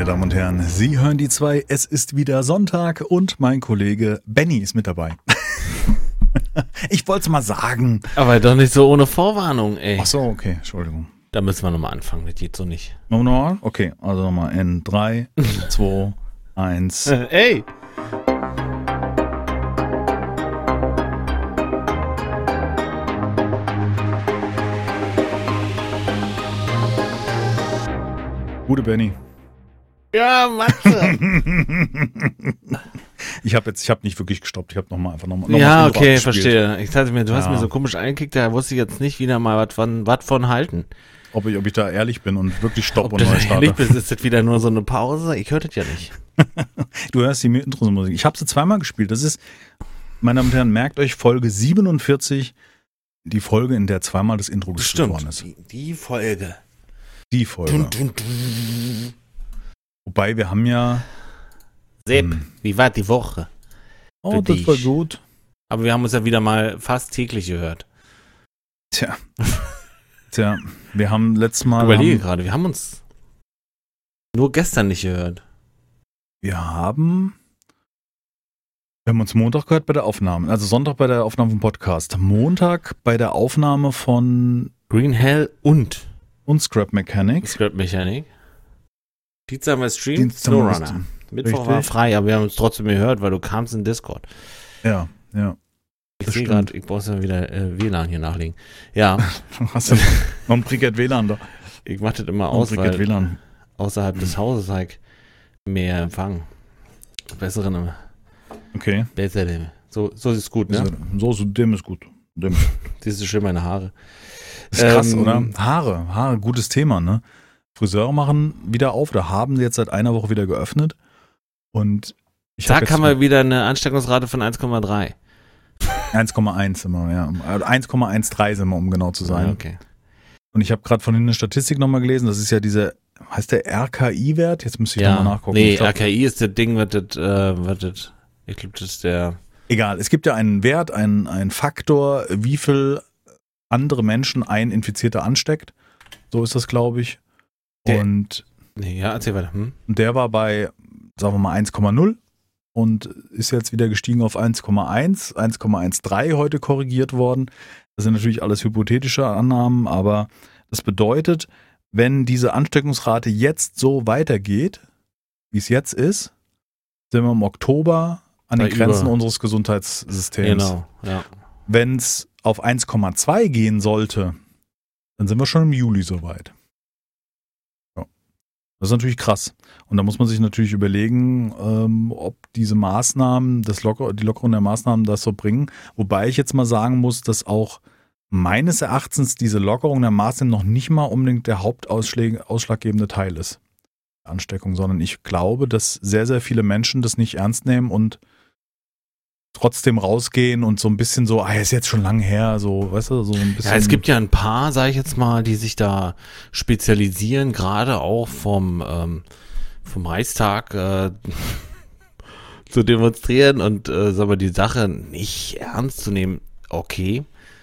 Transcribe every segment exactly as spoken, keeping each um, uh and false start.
Damen und Herren, Sie hören die zwei, es ist wieder Sonntag und mein Kollege Benny ist mit dabei. Ich wollte es mal sagen. Aber doch nicht so ohne Vorwarnung, ey. Ach so, okay, Entschuldigung. Da müssen wir nochmal anfangen, das geht so nicht. Machen wir nochmal? Okay, also nochmal in drei, zwei, eins. Ey! Gute Benny. Ja, Matze. Ich habe jetzt, ich habe nicht wirklich gestoppt. Ich habe nochmal einfach nochmal. Noch ja, mal okay, verstehe. Ich dachte mir, du ja. hast mir so komisch eingekickt, da wusste ich jetzt nicht wieder mal was von, was von halten. Ob ich, ob ich da ehrlich bin und wirklich stopp Ob und du neu starte. ehrlich bist, ist das wieder nur so eine Pause? Ich höre das ja nicht. Du hörst die Intro-Musik. Ich habe sie zweimal gespielt. Das ist, meine Damen und Herren, merkt euch Folge siebenundvierzig, die Folge, in der zweimal das Intro gespielt worden ist. Die, die Folge. Die Folge. Dun, dun, dun. Wobei wir haben ja. Sepp, hm. wie war die Woche? Oh, Für das dich. war gut. Aber wir haben uns ja wieder mal fast täglich gehört. Tja. Tja, wir haben letztes Mal. Ich überlege haben, gerade, wir haben uns nur gestern nicht gehört. Wir haben. Wir haben uns Montag gehört bei der Aufnahme. Also Sonntag bei der Aufnahme vom Podcast. Montag bei der Aufnahme von. Green Hell und. Und Scrap Mechanic. Scrap Mechanic. Dienstag haben wir Stream, Dienstag haben wir Snowrunner. Mittwoch Richtig. war frei, aber wir haben uns trotzdem gehört, weil du kamst in Discord. Ja, ja. Ich Das sehe stimmt. gerade, ich brauche ja wieder äh, W L A N hier nachlegen. Ja, Hast du noch ein Brigitte W L A N da? ich mache das immer Noch ein aus, Brigitte weil W L A N. außerhalb des Hauses halt mehr Empfang. Besseren, Okay. bessere. So, so ist gut, ne? So, so, dem ist gut. Dem. Siehst du schön meine Haare. Das ist krass, Ähm, oder? Haare, Haare, gutes Thema, ne? Friseure machen wieder auf, oder haben sie jetzt seit einer Woche wieder geöffnet. Und ich hab Zack, jetzt haben wir wieder eine Ansteckungsrate von eins Komma drei. eins Komma eins immer, ja. eins Komma eins drei sind wir, um genau zu sein. Ah, okay. Und ich habe gerade von eine Statistik nochmal gelesen, das ist ja diese, heißt der R K I-Wert? Jetzt müsste ich Ja, nochmal nachgucken. nee, Ich glaub, R K I ist das Ding, was das, äh, was das, ich glaube, das ist der, egal, es gibt ja einen Wert, einen, einen Faktor, wie viel andere Menschen ein Infizierter ansteckt. So ist das, glaube ich. Der- Und nee, ja, erzähl weiter, hm? der war bei, sagen wir mal, eins Komma null und ist jetzt wieder gestiegen auf eins Komma eins, eins Komma eins drei heute korrigiert worden. Das sind natürlich alles hypothetische Annahmen, aber das bedeutet, wenn diese Ansteckungsrate jetzt so weitergeht, wie es jetzt ist, sind wir im Oktober an Bei den Grenzen über- unseres Gesundheitssystems. Genau, ja. Wenn es auf eins Komma zwei gehen sollte, dann sind wir schon im Juli soweit. Ja. Das ist natürlich krass. Und da muss man sich natürlich überlegen, ähm, ob diese Maßnahmen, das Locker, die Lockerung der Maßnahmen das so bringen. Wobei ich jetzt mal sagen muss, dass auch meines Erachtens diese Lockerung der Maßnahmen noch nicht mal unbedingt der hauptausschlaggebende Teil ist. Der Ansteckung, sondern ich glaube, dass sehr, sehr viele Menschen das nicht ernst nehmen und trotzdem rausgehen und so ein bisschen so, ah, ist jetzt schon lange her, so, weißt du, so ein bisschen. Ja, es gibt ja ein paar, sage ich jetzt mal, die sich da spezialisieren, gerade auch vom, ähm, vom Reichstag äh, zu demonstrieren und äh, sagen wir, die Sache nicht ernst zu nehmen. Okay.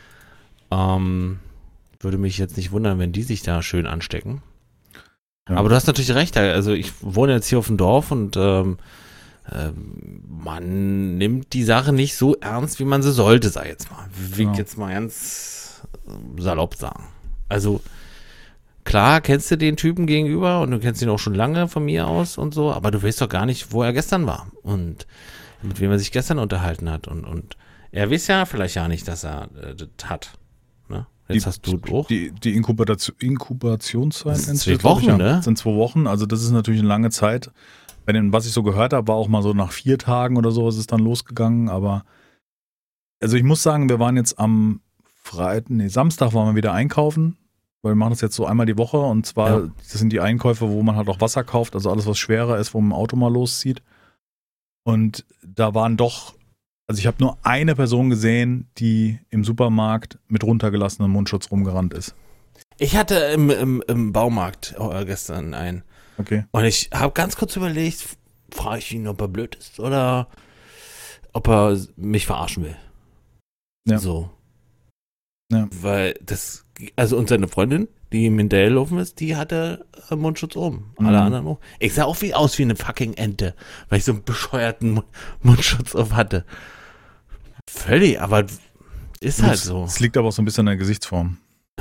Ähm, würde mich jetzt nicht wundern, wenn die sich da schön anstecken. Ja. Aber du hast natürlich recht, also ich wohne jetzt hier auf dem Dorf und ähm, ähm, man nimmt die Sache nicht so ernst, wie man sie sollte, sag ich jetzt mal. Will ich Ja. jetzt mal ganz äh, salopp sagen. Also klar kennst du den Typen gegenüber und du kennst ihn auch schon lange von mir aus und so, aber du weißt doch gar nicht, wo er gestern war und mit wem er sich gestern unterhalten hat und, und er weiß ja vielleicht ja nicht, dass er äh, das hat. Ne? Jetzt die, hast du auch. Die, die Inkubation, Inkubationszeit Das sind nennt zwei sich das, glaub ich, Wochen, ja. ne? Das sind zwei Wochen, also das ist natürlich eine lange Zeit. Bei dem, was ich so gehört habe, war auch mal so nach vier Tagen oder so ist es dann losgegangen, aber also ich muss sagen, wir waren jetzt am Freitag, nee, Samstag waren wir wieder einkaufen, weil wir machen das jetzt so einmal die Woche und zwar, Ja. das sind die Einkäufe, wo man halt auch Wasser kauft, also alles, was schwerer ist, wo man im Auto mal loszieht. Und da waren doch, also ich habe nur eine Person gesehen, die im Supermarkt mit runtergelassenem Mundschutz rumgerannt ist. Ich hatte im, im, im Baumarkt äh, gestern einen. Okay. Und ich habe ganz kurz überlegt, frage ich ihn, ob er blöd ist oder ob er mich verarschen will. Ja. So. Ja. Weil das, also und seine Freundin, die ihm hinterhergelaufen ist, die hatte äh, Mundschutz oben. Mhm. Alle anderen auch. Ich sah auch wie aus wie eine fucking Ente, weil ich so einen bescheuerten Mund- Mundschutz auf hatte. Völlig, aber ist halt so. Es liegt aber auch so ein bisschen an der Gesichtsform.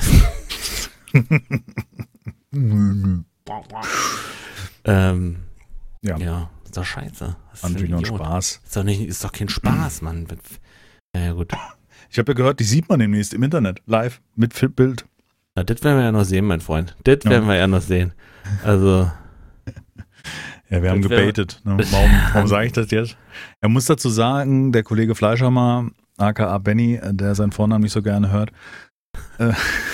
ähm, Ja. ja, ist doch scheiße. Das War natürlich nur ein Spaß. Ist doch, nicht, ist doch kein Spaß, Mann. Ja, ja, gut. Ich habe ja gehört, die sieht man demnächst im Internet, live, mit Bild. Na, das werden wir ja noch sehen, mein Freund. Das Ja. werden wir ja noch sehen. Also. Ja, wir haben Das wär- gebetet. Ne? Warum, warum sage ich das jetzt? Er muss dazu sagen, der Kollege Fleischhammer, aka Benny, der seinen Vornamen nicht so gerne hört, äh,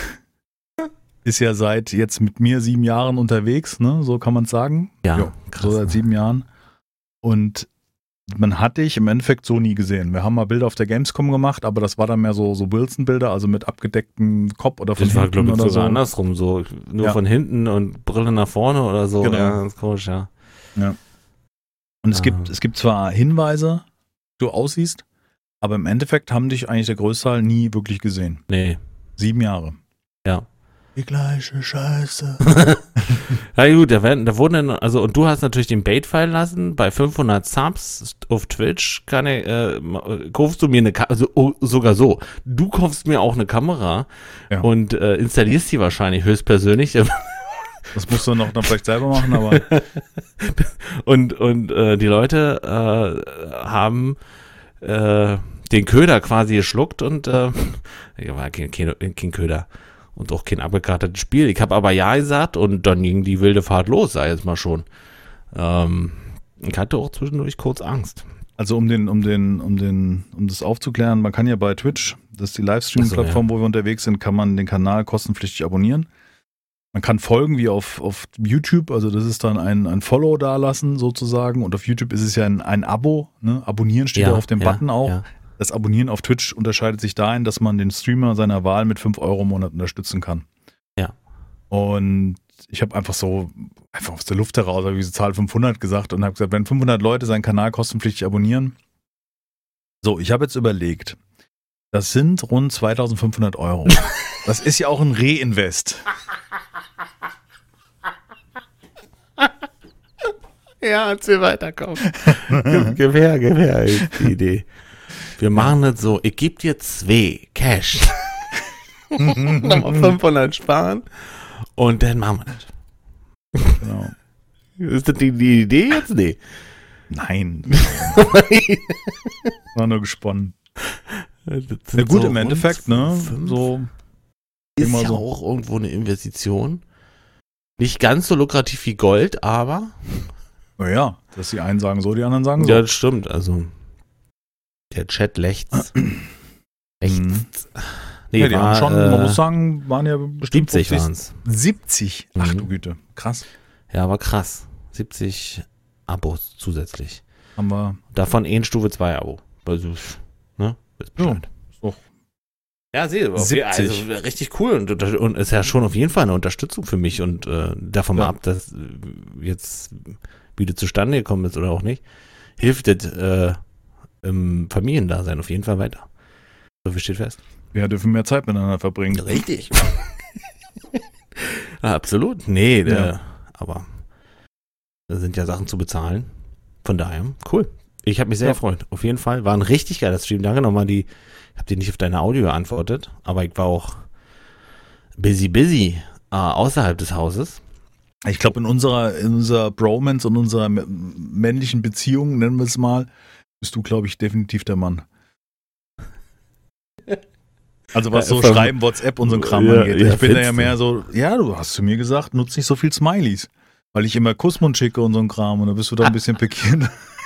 ist ja seit jetzt mit mir sieben Jahren unterwegs, ne? So kann man es sagen. Ja, Jo, krass. so seit sieben Jahren. Und man hat dich im Endeffekt so nie gesehen. Wir haben mal Bilder auf der Gamescom gemacht, aber das war dann mehr so, so Wilson-Bilder, also mit abgedecktem Kopf oder von Das war, hinten glaube ich, oder sogar so. andersrum, so nur Ja. von hinten und Brille nach vorne oder so. Genau. Ja, das ist komisch, ja. Und es Ah. gibt, es gibt zwar Hinweise, wie du aussiehst, aber im Endeffekt haben dich eigentlich der Größteil nie wirklich gesehen. Nee, Sieben Jahre. ja. Die gleiche Scheiße. Ja gut, da, werden, da wurden dann, also und du hast natürlich den Bait fallen lassen, bei fünfhundert Subs auf Twitch kann ich, äh, kaufst du mir eine, Ka- also oh, sogar so, du kaufst mir auch eine Kamera Ja. und äh, installierst die wahrscheinlich höchstpersönlich Das musst du noch dann vielleicht selber machen, aber und, und äh, die Leute äh, haben äh, den Köder quasi geschluckt und äh, ja, war kein, kein, kein Köder und auch kein abgekartetes Spiel. Ich habe aber ja gesagt und dann ging die wilde Fahrt los, sei jetzt mal schon. Ähm, ich hatte auch zwischendurch kurz Angst. also um den, um den, um den, um das aufzuklären, man kann ja bei Twitch, das ist die Livestream-Plattform, Ach so, wo wir unterwegs sind, kann man den Kanal kostenpflichtig abonnieren. Man kann folgen wie auf, auf YouTube, also das ist dann ein, ein Follow dalassen sozusagen und auf YouTube ist es ja ein, ein Abo, ne? Abonnieren steht ja auf dem ja, Button auch. Ja. Das Abonnieren auf Twitch unterscheidet sich dahin, dass man den Streamer seiner Wahl mit fünf Euro im Monat unterstützen kann. Ja. Und ich habe einfach so, einfach aus der Luft heraus, habe ich diese Zahl fünfhundert gesagt und habe gesagt, wenn fünfhundert Leute seinen Kanal kostenpflichtig abonnieren. So, ich habe jetzt überlegt, das sind rund zweitausendfünfhundert Euro. Das ist ja auch ein Reinvest. Ja, erzähl weiter, komm. Gib, gib her, gib her, die Idee. Wir machen das so, ich gebe dir zwei Cash. Nochmal fünfhundert sparen und dann machen wir das. Genau. Ist das die, die Idee jetzt? Nee. Nein, war nur gesponnen. Das sind Na gut, so im Endeffekt, ne? fünf- So, Ist immer ja so. auch irgendwo eine Investition. Nicht ganz so lukrativ wie Gold, aber naja, dass die einen sagen so, die anderen sagen so. ja, das stimmt. Also der Chat lächzt. Ächzt. Nee, Ja, die war, haben schon, äh, man muss sagen, waren ja bestimmt siebzig fünfzig, waren es. siebzig. Ach Mhm. du Güte, krass. Ja, war krass. siebzig Abos zusätzlich. Haben wir, Davon ein Stufe zwei Abo. Also, ne? Wisst Bescheid. ist doch Ja, sehe, siebzig. also richtig cool und, und, und ist ja schon auf jeden Fall eine Unterstützung für mich und äh, davon mal Ja. ab, dass äh, jetzt wieder zustande gekommen ist oder auch nicht, hilft das äh, im Familiendasein auf jeden Fall weiter. So viel steht fest. wir dürfen mehr Zeit miteinander verbringen. Richtig. Ja, absolut. Nee, Ja. äh, aber da sind ja Sachen zu bezahlen. Von daher, cool. Ich habe mich sehr Ja. gefreut. Auf jeden Fall. War ein richtig geiler Stream. Danke nochmal. Die, ich habe dir nicht auf deine Audio geantwortet, aber ich war auch busy, busy äh, außerhalb des Hauses. Ich glaube, in unserer, in unserer Bromance und unserer m- männlichen Beziehung, nennen wir es mal, bist du, glaube ich, definitiv der Mann. Also was Ja, so ver- Schreiben, WhatsApp und so ein Kram Ja, angeht. ja, Ich bin da ja findest mehr du. so, ja, du hast zu mir gesagt, nutz nicht so viel Smileys. Weil ich immer Kussmund schicke und so ein Kram und da bist du da ein bisschen pikiert.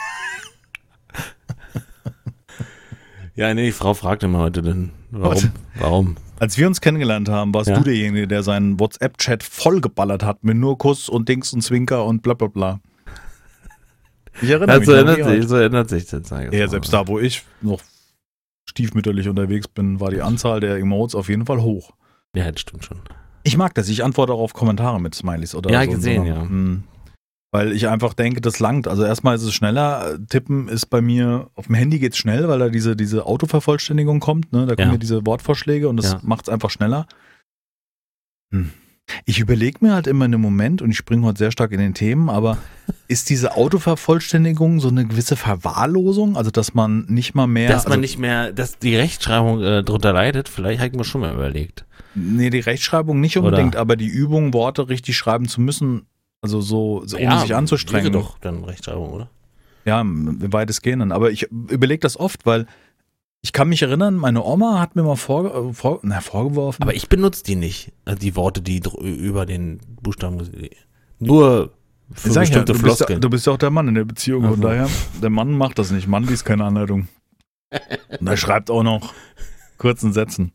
Ja, nee, die Frau fragte mal heute denn, warum? Was? Warum? Als wir uns kennengelernt haben, warst Ja. du derjenige, der seinen WhatsApp-Chat vollgeballert hat mit nur Kuss und Dings und Zwinker und bla bla bla. Ich erinnere Ja, mich so noch ändert wie sich, heute. so ändert sich das. sag ich jetzt Ja, mal. selbst da, wo ich noch stiefmütterlich unterwegs bin, war die Anzahl der Emotes auf jeden Fall hoch. Ja, das stimmt schon. Ich mag das. Ich antworte auch auf Kommentare mit Smileys oder Ja, so. gesehen, so, ja. Hm. Weil ich einfach denke, das langt. Also erstmal ist es schneller. Tippen ist bei mir, auf dem Handy geht's schnell, weil da diese, diese Autovervollständigung kommt. Ne? Da kommen Ja. ja diese Wortvorschläge und das Ja. macht's einfach schneller. Hm. Ich überlege mir halt immer in einem Moment, und ich springe heute sehr stark in den Themen, aber ist diese Autovervollständigung so eine gewisse Verwahrlosung? Also, dass man nicht mal mehr. Dass man also, nicht mehr, dass die Rechtschreibung äh, drunter leidet, vielleicht habe ich mir schon mal überlegt. Nee, die Rechtschreibung nicht unbedingt, Oder? aber die Übung, Worte richtig schreiben zu müssen, also so, so ohne sich anzustrengen. Wäre doch dann Rechtschreibung, oder? Ja, weitestgehend. Aber ich überlege das oft, weil ich kann mich erinnern, meine Oma hat mir mal vor, vor, na, vorgeworfen. Aber ich benutze die nicht, also die Worte, die dr- über den Buchstaben, nur für Sag ich ja, bestimmte du, bist, Floskeln. du bist ja auch der Mann in der Beziehung, von Also. daher, der Mann macht das nicht. Mann liest keine Anleitung. Und er schreibt auch noch kurzen Sätzen.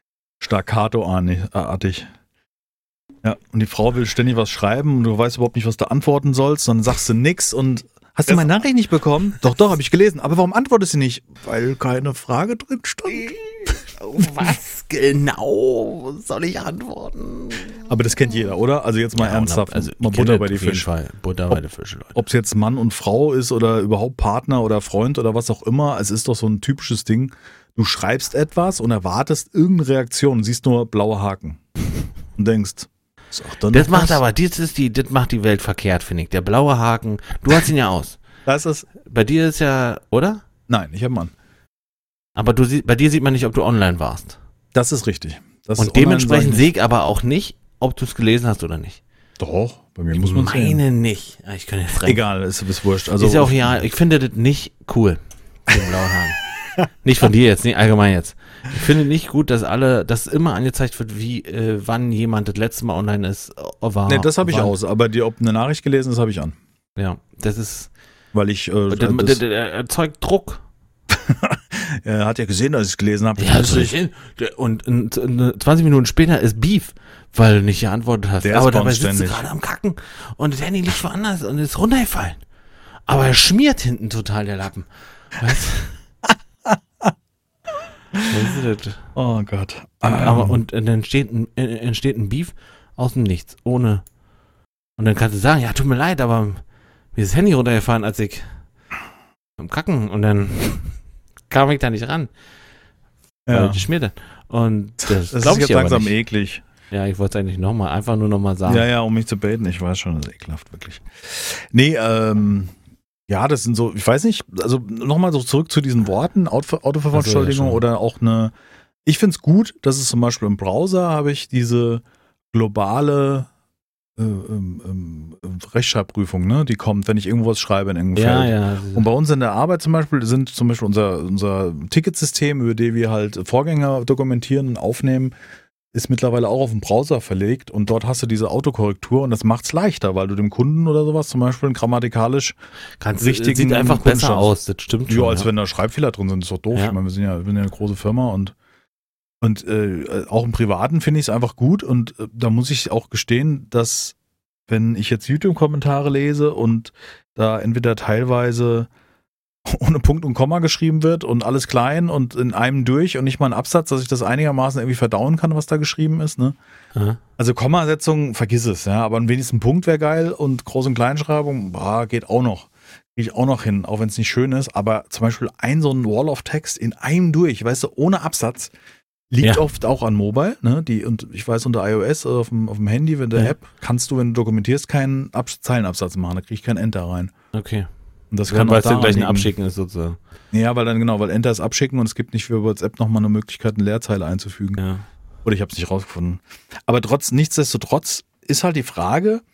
Staccato-artig. Ja, und die Frau will ständig was schreiben und du weißt überhaupt nicht, was du antworten sollst, dann sagst du nix und hast du meine Nachricht nicht bekommen? Doch, doch, habe ich gelesen. Aber warum antwortest du nicht? Weil keine Frage drin stand. Was genau soll ich antworten? Aber das kennt jeder, oder? Also jetzt mal Ja, ernsthaft, also mal ich Butter kenne bei die auf jeden Fische. Fall Butter bei die Fische, Leute. Ob es jetzt Mann und Frau ist oder überhaupt Partner oder Freund oder was auch immer, es ist doch so ein typisches Ding. Du schreibst etwas und erwartest irgendeine Reaktion und siehst nur blaue Haken. Und denkst, sag dann Das noch macht was. aber, das ist die, das macht die Welt verkehrt, finde ich. Der blaue Haken, du hast ihn ja aus. Das ist, Bei dir ist ja, oder? nein, ich habe einen Mann. Aber du sie, bei dir sieht man nicht, ob du online warst. Das ist richtig. Das ist Und online, dementsprechend sag ich sehe ich aber auch nicht, ob du es gelesen hast oder nicht. nicht. Doch, bei mir muss man Ich sehen. meine nicht. Ja, ich kann jetzt rein. Egal, ist, ist wurscht. Also, ist ja auch ja, ich finde das nicht cool. Den blauen Haken. Nicht von dir jetzt, nee, allgemein jetzt. Ich finde nicht gut, dass alle, dass immer angezeigt wird, wie, äh, wann jemand das letzte Mal online ist, äh, war. nee, das habe ich wann- aus, aber die, ob eine Nachricht gelesen ist, habe ich an. Ja, das ist, Weil ich, äh, der, der, das, der erzeugt Druck. er hat ja gesehen, dass ich es gelesen habe. Ja, so nicht hin. Der- Und in, in, zwanzig Minuten später ist Beef, weil du nicht geantwortet hast. Der ist Aber bei dabei uns sitzt du ständig. gerade am Kacken und das Handy liegt woanders und ist runtergefallen. Aber er schmiert hinten total, der Lappen. Weißt du? Was ist das? Oh Gott. Und, aber, und, und dann entsteht ein, äh, entsteht ein Beef aus dem Nichts, ohne. Und dann kannst du sagen, ja, tut mir leid, aber mir ist das Handy runtergefallen, als ich am Kacken und dann kam ich da nicht ran. Ja. Weil die schmiert dann. Und das, Das glaub ist ich jetzt aber langsam nicht. eklig. Ja, ich wollte es eigentlich nochmal, einfach nur nochmal sagen. Ja, ja, um mich zu baiten. Ich weiß schon, das ist ekelhaft, wirklich. Nee, ähm, ja, das sind so, ich weiß nicht, also nochmal so zurück zu diesen Worten, Auto, Autovervollständigung Ach so, ja, schon. oder auch eine, ich finde es gut, dass es zum Beispiel im Browser habe ich diese globale äh, ähm, ähm, Rechtschreibprüfung, ne, die kommt, wenn ich irgendwo was schreibe in irgendeinem Ja, Feld. ja. Und bei uns in der Arbeit zum Beispiel sind zum Beispiel unser, unser Ticketsystem, über dem wir halt Vorgänger dokumentieren und aufnehmen, ist mittlerweile auch auf den Browser verlegt und dort hast du diese Autokorrektur und das macht es leichter, weil du dem Kunden oder sowas zum Beispiel grammatikalisch Kannst, richtigen sieht einfach Kundenstand- besser aus, das stimmt ja, schon. als ja. wenn da Schreibfehler drin sind, ist doch doof. Ja. Ich meine, wir sind ja, wir sind ja eine große Firma und und äh, auch im Privaten finde ich es einfach gut und äh, da muss ich auch gestehen, dass wenn ich jetzt YouTube-Kommentare lese und da entweder teilweise ohne Punkt und Komma geschrieben wird und alles klein und in einem durch und nicht mal ein Absatz, dass ich das einigermaßen irgendwie verdauen kann, was da geschrieben ist, ne? Aha. Also Kommasetzung, vergiss es, ja, aber wenigstens ein Punkt wäre geil und Groß- und Kleinschreibung, boah, geht auch noch. Kriege ich auch noch hin, auch wenn es nicht schön ist, aber zum Beispiel ein so ein Wall of Text in einem durch, weißt du, ohne Absatz, liegt Ja. oft auch an Mobile, ne? Die, und ich weiß, unter iOS oder auf dem, auf dem Handy, wenn der Ja. App, kannst du, wenn du dokumentierst, keinen Ab- Zeilenabsatz machen, da kriege ich kein Enter rein. Okay. Und das Dann, kann weil auch es dann daran gleich ein liegen. Abschicken ist sozusagen. Ja, weil dann genau, weil Enter ist abschicken und es gibt nicht für WhatsApp nochmal eine Möglichkeit, eine Leerzeile einzufügen. Ja. Oder ich habe es nicht rausgefunden. Aber trotz, nichtsdestotrotz ist halt die Frage,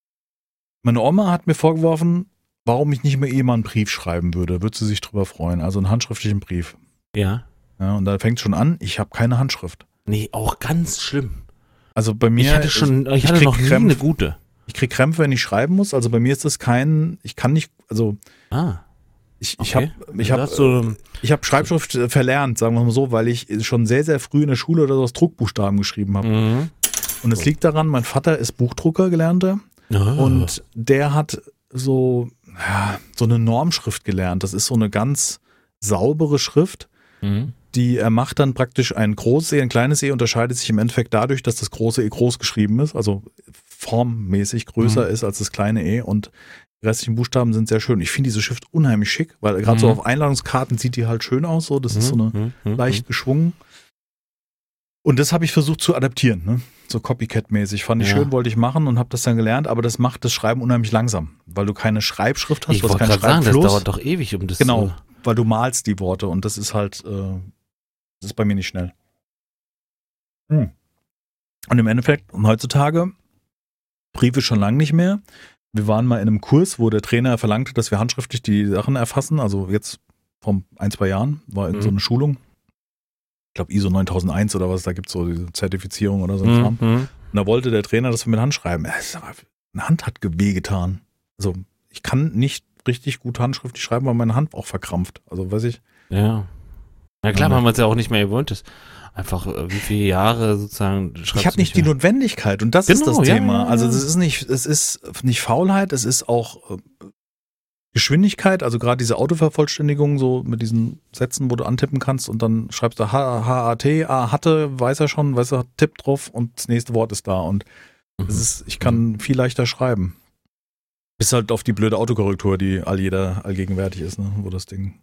meine Oma hat mir vorgeworfen, warum ich nicht mehr eh mal einen Brief schreiben würde. Würde sie sich drüber freuen. Also einen handschriftlichen Brief. Ja. Ja, und da fängt schon an, ich habe keine Handschrift. Nee, auch ganz schlimm. Also bei mir, Ich hatte schon, ich, ich hatte krieg noch nie Krämpfe. eine gute. ich krieg Krämpfe, wenn ich schreiben muss. Also bei mir ist das kein, ich kann nicht, also Ah. ich, ich Okay. habe ich Du hab, hast so, ich hab Schreibschrift äh, verlernt, sagen wir mal so, weil ich schon sehr, sehr früh in der Schule oder so aus Druckbuchstaben geschrieben habe. mhm. Und es liegt daran, mein Vater ist Buchdrucker gelernter. Ah. Und der hat so, ja, so eine Normschrift gelernt. Das ist so eine ganz saubere Schrift, Mhm. die er macht dann praktisch ein großes E, ein kleines E unterscheidet sich im Endeffekt dadurch, dass das große E groß geschrieben ist, also formmäßig größer Mhm. ist als das kleine E und die restlichen Buchstaben sind sehr schön. Ich finde diese Schrift unheimlich schick, weil gerade so Mhm. auf Einladungskarten sieht die halt schön aus, so, das ist so eine Mhm. Mhm. leicht geschwungen. Und das habe ich versucht zu adaptieren, ne? So Copycat-mäßig. Fand ich Ja. schön, wollte ich machen und habe das dann gelernt, aber das macht das Schreiben unheimlich langsam, weil du keine Schreibschrift hast, Ich du hast wollte keinen gerade sagen, das Schreibfluss. dauert doch ewig, um das Genau, zu... weil du malst die Worte und das ist halt, äh, das ist bei mir nicht schnell. Hm. Und im Endeffekt, heutzutage, Briefe schon lange nicht mehr. Wir waren mal in einem Kurs, wo der Trainer verlangte, dass wir handschriftlich die Sachen erfassen, also jetzt vor ein, zwei Jahren, war in Mhm. so eine Schulung. Ich glaube I S O neuntausend eins oder was, da gibt es so diese Zertifizierung oder so ein Kram. Mhm. Und da wollte der Trainer, dass wir mit Hand schreiben. Äh, sag mal, Meine Hand hat wehgetan. Also ich kann nicht richtig gut handschriftlich schreiben, weil meine Hand auch verkrampft. Also weiß ich. Ja. Na klar, Ja. weil man es ja auch nicht mehr gewohnt ist. Einfach äh, wie viele Jahre sozusagen schreibst Ich habe du nicht die mehr? Notwendigkeit und das ist Genau, das ja, Thema. ja, ja. Also es ist nicht, es ist nicht Faulheit, es ist auch äh, Geschwindigkeit, also gerade diese Autovervollständigung, so mit diesen Sätzen, wo du antippen kannst und dann schreibst du H A T, A hatte, weiß er schon, weiß er, Tipp drauf und das nächste Wort ist da und Mhm. es ist, ich kann viel leichter schreiben. Bis halt auf die blöde Autokorrektur, die all jeder allgegenwärtig ist, ne, wo das Ding.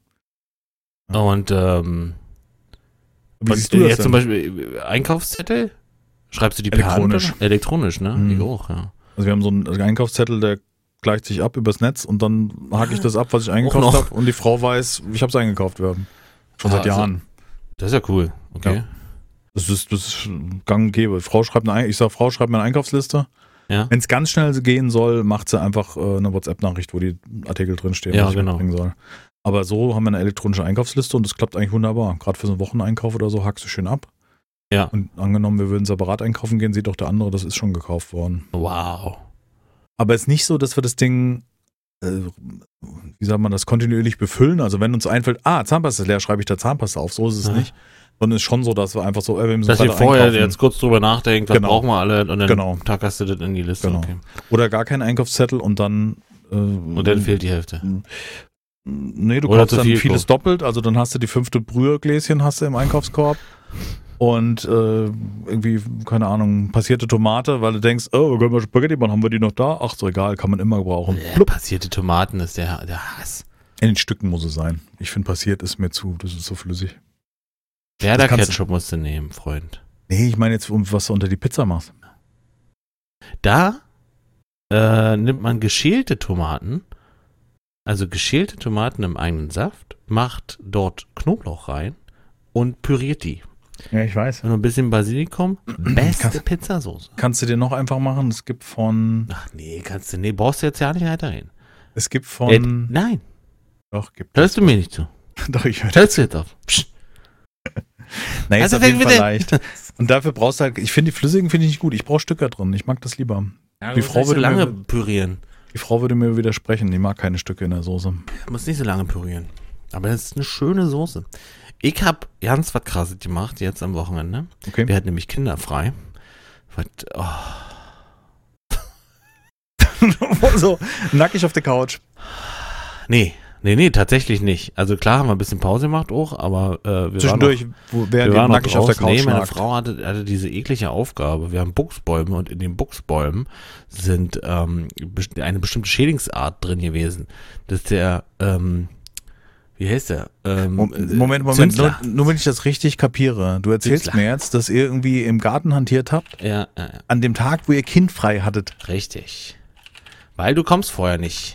Und ähm, Wie und siehst du das jetzt denn? zum Beispiel äh, Einkaufszettel? Schreibst du die per Elektronisch. Hand? Oder? Elektronisch, ne? Mhm. Ich auch, ja. Also wir haben so einen Einkaufszettel, der gleicht sich ab übers Netz und dann hake ich das ab, was ich eingekauft noch. habe und die Frau weiß, ich habe es eingekauft werden. Schon Ah, seit also- Jahren. Das ist ja cool. Okay. Ja. Das ist, das ist gang und gäbe. Frau schreibt eine, ich sage, Frau schreibt mir eine Einkaufsliste. Ja. Wenn es ganz schnell gehen soll, macht sie einfach äh, eine WhatsApp-Nachricht, wo die Artikel drinstehen, Ja, was ich genau. mitbringen soll. Aber so haben wir eine elektronische Einkaufsliste und das klappt eigentlich wunderbar. Gerade für so einen Wocheneinkauf oder so hackst du schön ab. Ja. Und angenommen, wir würden separat einkaufen gehen, sieht doch der andere, das ist schon gekauft worden. Wow. Aber es ist nicht so, dass wir das Ding, äh, wie sagt man das, kontinuierlich befüllen. Also wenn uns einfällt, ah, Zahnpasta ist leer, schreibe ich da Zahnpasta auf. So ist es Ja. nicht. Sondern es ist schon so, dass wir einfach so, äh, wir müssen Dass ihr gerade vorher einkaufen. jetzt kurz drüber nachdenkt, was Genau. brauchen wir alle und dann Genau. tackerst du das in die Liste. Genau. Okay. Oder gar keinen Einkaufszettel und dann äh, Und dann fehlt die Hälfte. Nee, du Oder kaufst zu dann viel vieles gekauft. doppelt, also dann hast du die fünfte Brühergläschen hast du im Einkaufskorb und äh, irgendwie, keine Ahnung, passierte Tomate, weil du denkst, oh, können wir Spaghetti machen, haben wir die noch da? Ach, so egal, kann man immer gebrauchen. Äh, Plupp. passierte Tomaten ist der, der Hass. In den Stücken muss es sein. Ich finde, passiert ist mir zu, das ist so flüssig. Werder kannst du- Ketchup musst du nehmen, Freund. Nee, ich meine jetzt, um was du unter die Pizza machst. Da äh, nimmt man geschälte Tomaten, also geschälte Tomaten im eigenen Saft, macht dort Knoblauch rein und püriert die. Ja, ich weiß. Und ein bisschen Basilikum, beste Kannst- Pizzasauce. Kannst du dir noch einfach machen, es gibt von, Ach nee, kannst du, nee, brauchst du jetzt ja nicht weiterreden. es gibt Äh, von, nein, doch, gibt hörst du mir nicht zu. doch, ich höre Hörst du jetzt auf. Psst. Na, jetzt Also auf jeden wenn Fall wir- leicht. Und dafür brauchst du halt, ich finde die flüssigen finde ich nicht gut. Ich brauche Stücker drin. Ich mag das lieber. Ja, Die du musst Frau nicht so würde lange mir- pürieren. Die Frau würde mir widersprechen. Die mag keine Stücke in der Soße. Du musst nicht so lange pürieren. Aber das ist eine schöne Soße. Ich hab ganz was Krasses gemacht jetzt am Wochenende. Okay. Wir hatten nämlich kinderfrei. Was, oh, so nackig auf der Couch. nee, nee, nee, tatsächlich nicht. Also klar haben wir ein bisschen Pause gemacht auch, aber äh, wir Zwischendurch, waren wo, noch, während wir ihr waren noch nackig auf der draußen. Couch Nee, meine nagt. Frau hatte, hatte diese eklige Aufgabe. Wir haben Buchsbäume und in den Buchsbäumen sind ähm, best- eine bestimmte Schädlingsart drin gewesen. Das ist der, ähm, wie heißt der? Ähm, Mo- äh, Moment, Moment, nur, Zünsler. nur wenn ich das richtig kapiere. Du erzählst Zünsler. mir jetzt, dass ihr irgendwie im Garten hantiert habt, Ja, ja, ja. an dem Tag, wo ihr Kind frei hattet. Richtig. Weil du kommst vorher nicht.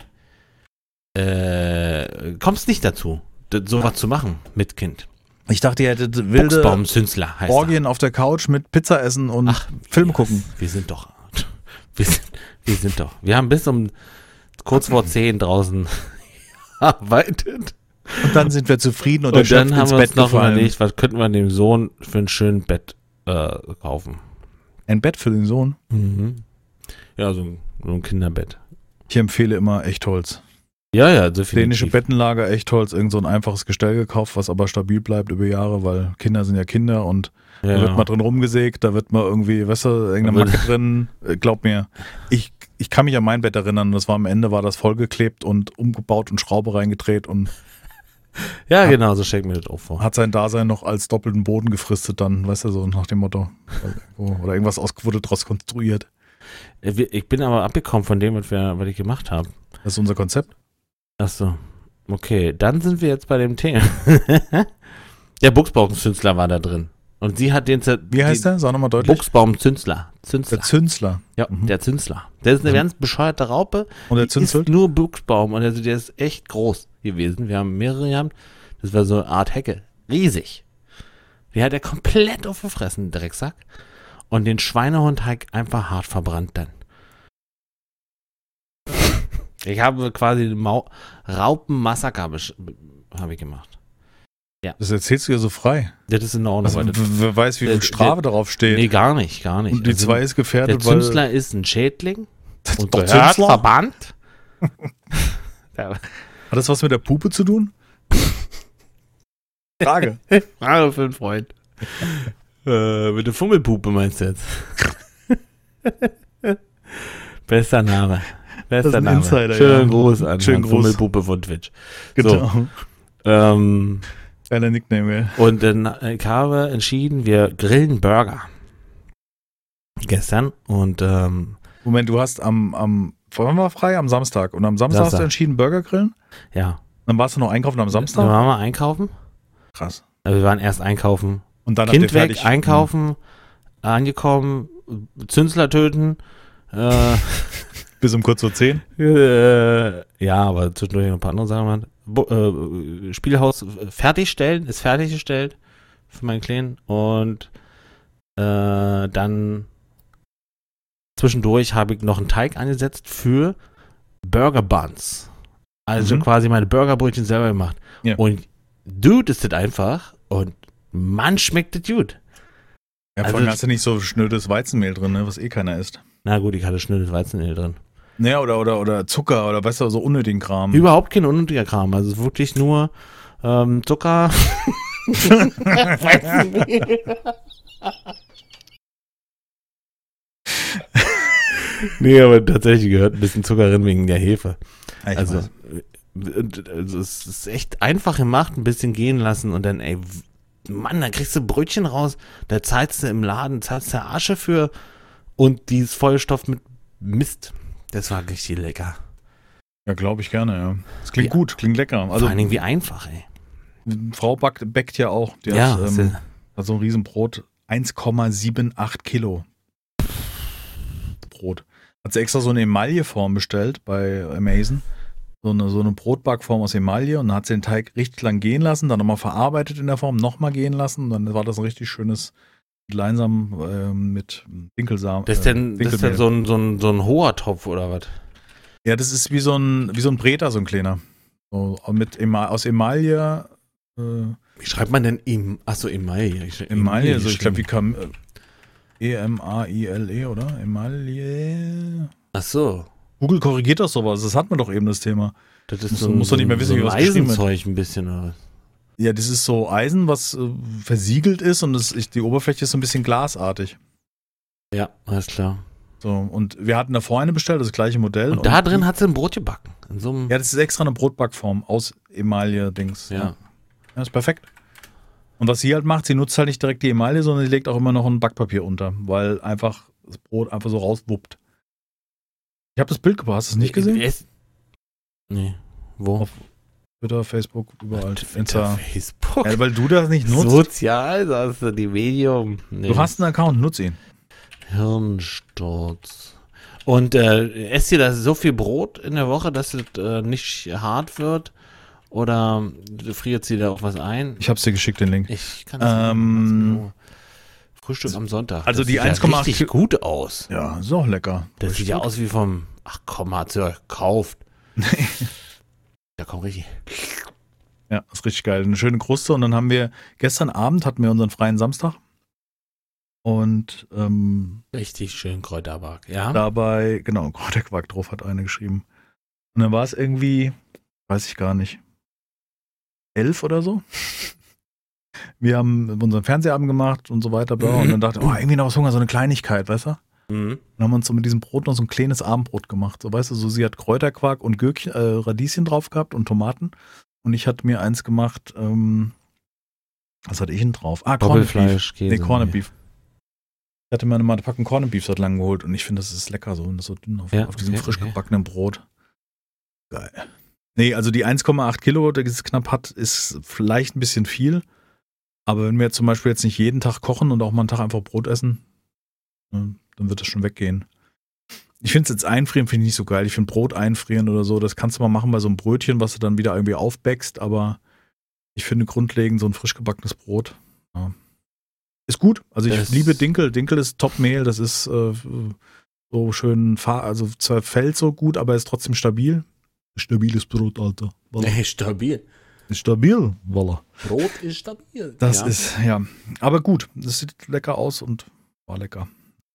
Äh, kommst nicht dazu, d- sowas zu machen mit Kind. Ich dachte, ihr hättet wilde Buchsbaumzünsler heißt Orgien auf der Couch mit Pizza essen und Ach, Film er. gucken. Wir sind doch. Wir sind, wir sind doch. Wir haben bis um kurz vor zehn draußen gearbeitet. Und dann sind wir zufrieden und, Und erschöpft dann haben ins wir uns Bett noch gefallen. überlegt, was könnten wir dem Sohn für ein schönes Bett äh, kaufen. Ein Bett für den Sohn. Mhm. Ja, so ein, so ein Kinderbett. Ich empfehle immer Echtholz. Ja, ja, definitiv. Dänische Bettenlager, Echtholz, irgend so ein einfaches Gestell gekauft, was aber stabil bleibt über Jahre, weil Kinder sind ja Kinder und Ja. da wird mal drin rumgesägt, da wird mal irgendwie, weißt du, irgendeine Aber- Macke drin. Äh, Glaub mir, ich, ich kann mich an mein Bett erinnern, das war am Ende, war das vollgeklebt und umgebaut und Schraube reingedreht und ja, genau, so steckt mir das auch vor. hat sein Dasein noch als doppelten Boden gefristet dann, weißt du, so nach dem Motto. Oder irgendwas aus, wurde draus konstruiert. Äh, wir- Ich bin aber abgekommen von dem, was, wir, was ich gemacht habe. Das ist unser Konzept. Achso. Okay, dann sind wir jetzt bei dem Thema. Der Buchsbaumzünsler war da drin. Und sie hat den... Wie heißt der? Sag nochmal deutlich. Buchsbaum-Zünsler. Zünsler. Der Zünsler. Ja, Mhm. der Zünsler. Der ist eine Mhm. ganz bescheuerte Raupe. Und der Die ist zünzelt? nur Buchsbaum. Und also der ist echt groß gewesen. Wir haben mehrere gehabt. Das war so eine Art Hecke. Riesig. Die hat er komplett aufgefressen, Drecksack. Und den Schweinehund hat einfach hart verbrannt dann. Ich habe quasi den Mau- Raupenmassaker besch- habe ich gemacht. Das erzählst du ja so frei. Das ist in Ordnung. Also, weil das- wer weiß, wie viel der- Strafe darauf steht. nee, gar nicht, gar nicht. Und die Also, zwei ist der gefährdet, weil... Zünsler ist ein Schädling und Doch, gehört Zünsler? verbannt. Ja. Hat das was mit der Pupe zu tun? Frage. Frage für einen Freund. äh, mit der Fummelpuppe meinst du jetzt? Bester Name. Bester Das ist ein Name. Insider, Schönen ja. Gruß an Schönen Herrn Gruß. Fummelpuppe von Twitch. Genau. So, ähm, Geiler Nickname, ja. und dann äh, ich habe entschieden, wir grillen Burger. Gestern. Und ähm, Moment, du hast am, am, wann war frei? Am Samstag. Und am Samstag, hast Samstag. du entschieden, Burger grillen? ja. Dann warst du noch einkaufen am Wir Samstag? waren mal einkaufen. Krass. Also wir waren erst einkaufen. Und dann habt Kind ihr weg, fertig- einkaufen, angekommen, Zünsler töten. Äh, Bis um kurz vor zehn? äh, ja, aber zwischendurch noch ein paar andere Sachen. gemacht. Bo- äh, Spielhaus fertigstellen, ist fertiggestellt für meinen Kleinen. Und äh, dann zwischendurch habe ich noch einen Teig angesetzt für Burger Buns. Also Mhm. quasi meine Burgerbrötchen selber gemacht. Ja. Und dude, ist das einfach. Und Mann, schmeckt das gut. Ja, vor Also- allem hast du nicht so schnödes Weizenmehl drin, ne, was eh keiner isst. Na gut, ich hatte schnelles Weizenmehl drin. Naja, oder, oder, oder Zucker oder weißt du, so unnötigen Kram. Überhaupt kein unnötiger Kram. Also wirklich nur ähm, Zucker. Weizenmehl. Nee, aber tatsächlich gehört ein bisschen Zucker drin wegen der Hefe. Ja, ich Also, weiß. äh, also es ist echt einfach gemacht, ein bisschen gehen lassen und dann, ey, w- Mann, da kriegst du Brötchen raus, da zahlst du im Laden, zahlst du Asche für und dieses Vollstoff mit Mist. Das war richtig lecker. Ja, glaube ich gerne, ja. Das klingt Ja. gut, klingt lecker. Also, Vor allen Dingen wie einfach, ey. Frau backt, backt ja auch. Die Ja, hat, ist ähm, ja- hat so ein Riesenbrot. eins Komma achtundsiebzig Kilo. Brot. Hat sie extra so eine Emailleform bestellt bei Amazon. So eine, so eine Brotbackform aus Emaille und dann hat sie den Teig richtig lang gehen lassen, dann nochmal verarbeitet in der Form, nochmal gehen lassen und dann war das ein richtig schönes Leinsam ähm, mit Dinkelsamen. Das ist denn, das ist denn so, ein, so, ein, so ein hoher Topf oder was? Ja, das ist wie so ein, wie so ein Breta, so ein kleiner. So, mit Ema aus Emaille. Äh, Wie schreibt man denn im, achso, Emaille? Ich, Emaille, so ich glaube, wie geschrieben. kam E M A I L E, oder? Emaille. Ach so. Google korrigiert doch sowas, das hat man doch eben das Thema. Das ist Musst so du- ein, musst du nicht mehr wissen, so wie ein was geschrieben wird. Eisenzeug ein bisschen, oder was? Ja, das ist so Eisen, was äh, versiegelt ist und das, ich, die Oberfläche ist so ein bisschen glasartig. Ja, alles klar. So, und wir hatten davor eine bestellt, das gleiche Modell. Und da drin hat sie ein Brot gebacken. In so einem, Ja, das ist extra eine Brotbackform aus Emaille-Dings. ja. Ja, ist perfekt. Und was sie halt macht, sie nutzt halt nicht direkt die Emaille, sondern sie legt auch immer noch ein Backpapier unter, weil einfach das Brot einfach so rauswuppt. Ich habe das Bild gebracht, hast du es nicht gesehen? Es, nee. Wo? Auf Twitter, Facebook, überall. Twitter, Insta. Facebook. Ja, weil du das nicht nutzt. Sozial, sagst du, die Medium. Nee. Du hast einen Account, nutz ihn. Hirnsturz. Und äh, esst ihr da so viel Brot in der Woche, dass es äh, nicht hart wird? Oder friert sie da auch was ein? Ich hab's dir geschickt, den Link. Ich kann das Ähm, nicht machen. Frühstück am Sonntag. also das die sieht ja eins Komma acht richtig gut aus. Ja, ist auch lecker. Das sieht ja aus wie vom, ach komm, hat sie ja gekauft. Ja, komm, richtig. Ja, ist richtig geil. Eine schöne Kruste. Und dann haben wir, gestern Abend hatten wir unseren freien Samstag. Und ähm, Richtig schön Kräuterbark, ja. dabei, genau, Kräuterquark drauf hat eine geschrieben. Und dann war es irgendwie, weiß ich gar nicht, elf oder so. Wir haben unseren Fernsehabend gemacht und so weiter. Bla, und dann dachte ich, oh, irgendwie noch was Hunger, so eine Kleinigkeit, weißt du? Mhm. Dann haben wir uns so mit diesem Brot noch so ein kleines Abendbrot gemacht. So, weißt du, so sie hat Kräuterquark und Gürkchen, äh, Radieschen drauf gehabt und Tomaten. Und ich hatte mir eins gemacht, ähm, was hatte ich denn drauf? Ah, Corned Beef. Doppelfleisch, Käse. Nee, Corned Beef. Ich hatte mir mal eine Packung Corned Beef seit langem geholt und ich finde, das ist lecker so. Und das so dünn auf, Ja, auf diesem okay, frisch okay. gebackenen Brot. Geil. Nee, also die eins Komma acht Kilo, das es knapp hat, ist vielleicht ein bisschen viel. Aber wenn wir zum Beispiel jetzt nicht jeden Tag kochen und auch mal einen Tag einfach Brot essen, ne, dann wird das schon weggehen. Ich finde es jetzt einfrieren, finde ich nicht so geil. Ich finde Brot einfrieren oder so, das kannst du mal machen bei so einem Brötchen, was du dann wieder irgendwie aufbäckst, aber ich finde grundlegend so ein frisch gebackenes Brot, ja, ist gut. Also ich Das- liebe Dinkel. Dinkel ist Top-Mehl, das ist äh, so schön, fahr also zwar fällt so gut, aber ist trotzdem stabil. Stabiles Brot, Alter. Voilà. Nee, stabil. Ist stabil, voilà. Brot ist stabil. Das ja. ist, ja. Aber gut, das sieht lecker aus und war lecker.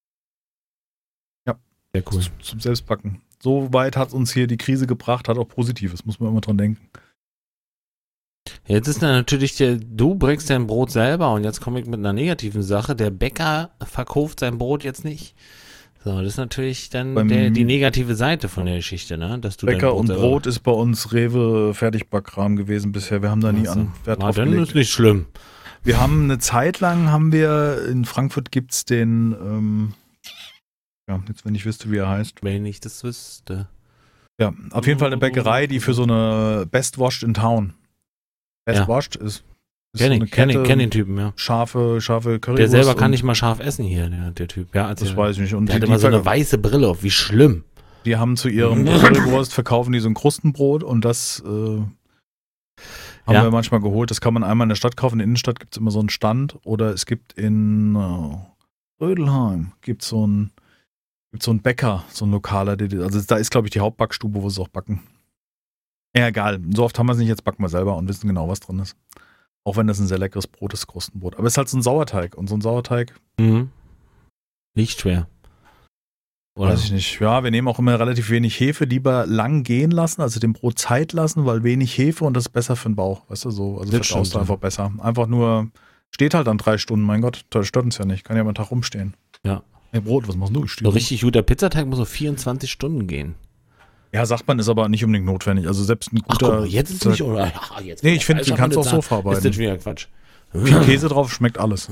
Sehr cool. Zum, zum Selbstbacken. So weit hat uns hier die Krise gebracht, hat auch Positives, muss man immer dran denken. Jetzt ist dann natürlich der, du bringst dein Brot selber und jetzt komme ich mit einer negativen Sache. Der Bäcker verkauft sein Brot jetzt nicht. So, das ist natürlich dann Beim der, die negative Seite von der Geschichte, ne? Dass du dein Bäcker und selber- Brot ist bei uns Rewe Fertigbackkram gewesen bisher. Wir haben da nie Also, an Wert na, drauf dann gelegt. ist nicht schlimm. Wir haben eine Zeit lang, haben wir, in Frankfurt gibt's den, ähm, ja, jetzt wenn ich wüsste, wie er heißt. Wenn ich das wüsste. Ja, auf jeden Fall eine Bäckerei, die für so eine Best Washed in Town. Best Ja. Washed ist, ist Kenn so ich, eine kenn Kette, ich, kenn den Typen, ja. scharfe, scharfe Currywurst. Der selber kann und- nicht mal scharf essen hier, der, der Typ. Ja, also, Das weiß ich nicht. Und der die, hat immer die, so eine ver- weiße Brille auf. Wie schlimm. die haben zu ihrem Currywurst verkaufen die so ein Krustenbrot und das äh, haben Ja. wir manchmal geholt. Das kann man einmal in der Stadt kaufen. In der Innenstadt gibt es immer so einen Stand oder es gibt in äh, Rödelheim gibt so ein gibt so einen Bäcker, so ein lokaler, der, also da ist glaube ich die Hauptbackstube, wo sie es auch backen. Ja, egal. So oft haben wir es nicht, jetzt backen wir selber und wissen genau, was drin ist. Auch wenn das ein sehr leckeres Brot ist, Krustenbrot. Aber es ist halt so ein Sauerteig und so ein Sauerteig, Mhm. Nicht schwer. Oder? weiß ich nicht. Ja, wir nehmen auch immer relativ wenig Hefe, lieber lang gehen lassen, also dem Brot Zeit lassen, weil wenig Hefe und das ist besser für den Bauch, weißt du, so. Also Das verdaust du stimmt, einfach besser. Einfach nur, steht halt dann drei Stunden, mein Gott, das stört uns ja nicht. Kann ja mal einen Tag rumstehen. Ja. Hey Brot, was machst du? Ich stehe So rum. richtig guter Pizzateig muss so vierundzwanzig Stunden gehen. Ja, sagt man, ist aber nicht unbedingt notwendig. Also selbst ein Ach guter. guck mal, jetzt ist es nicht, oder? Ja, jetzt Nee, ich finde, du kannst auch so Ist verarbeiten. das wieder Quatsch. Viel Käse drauf, schmeckt alles.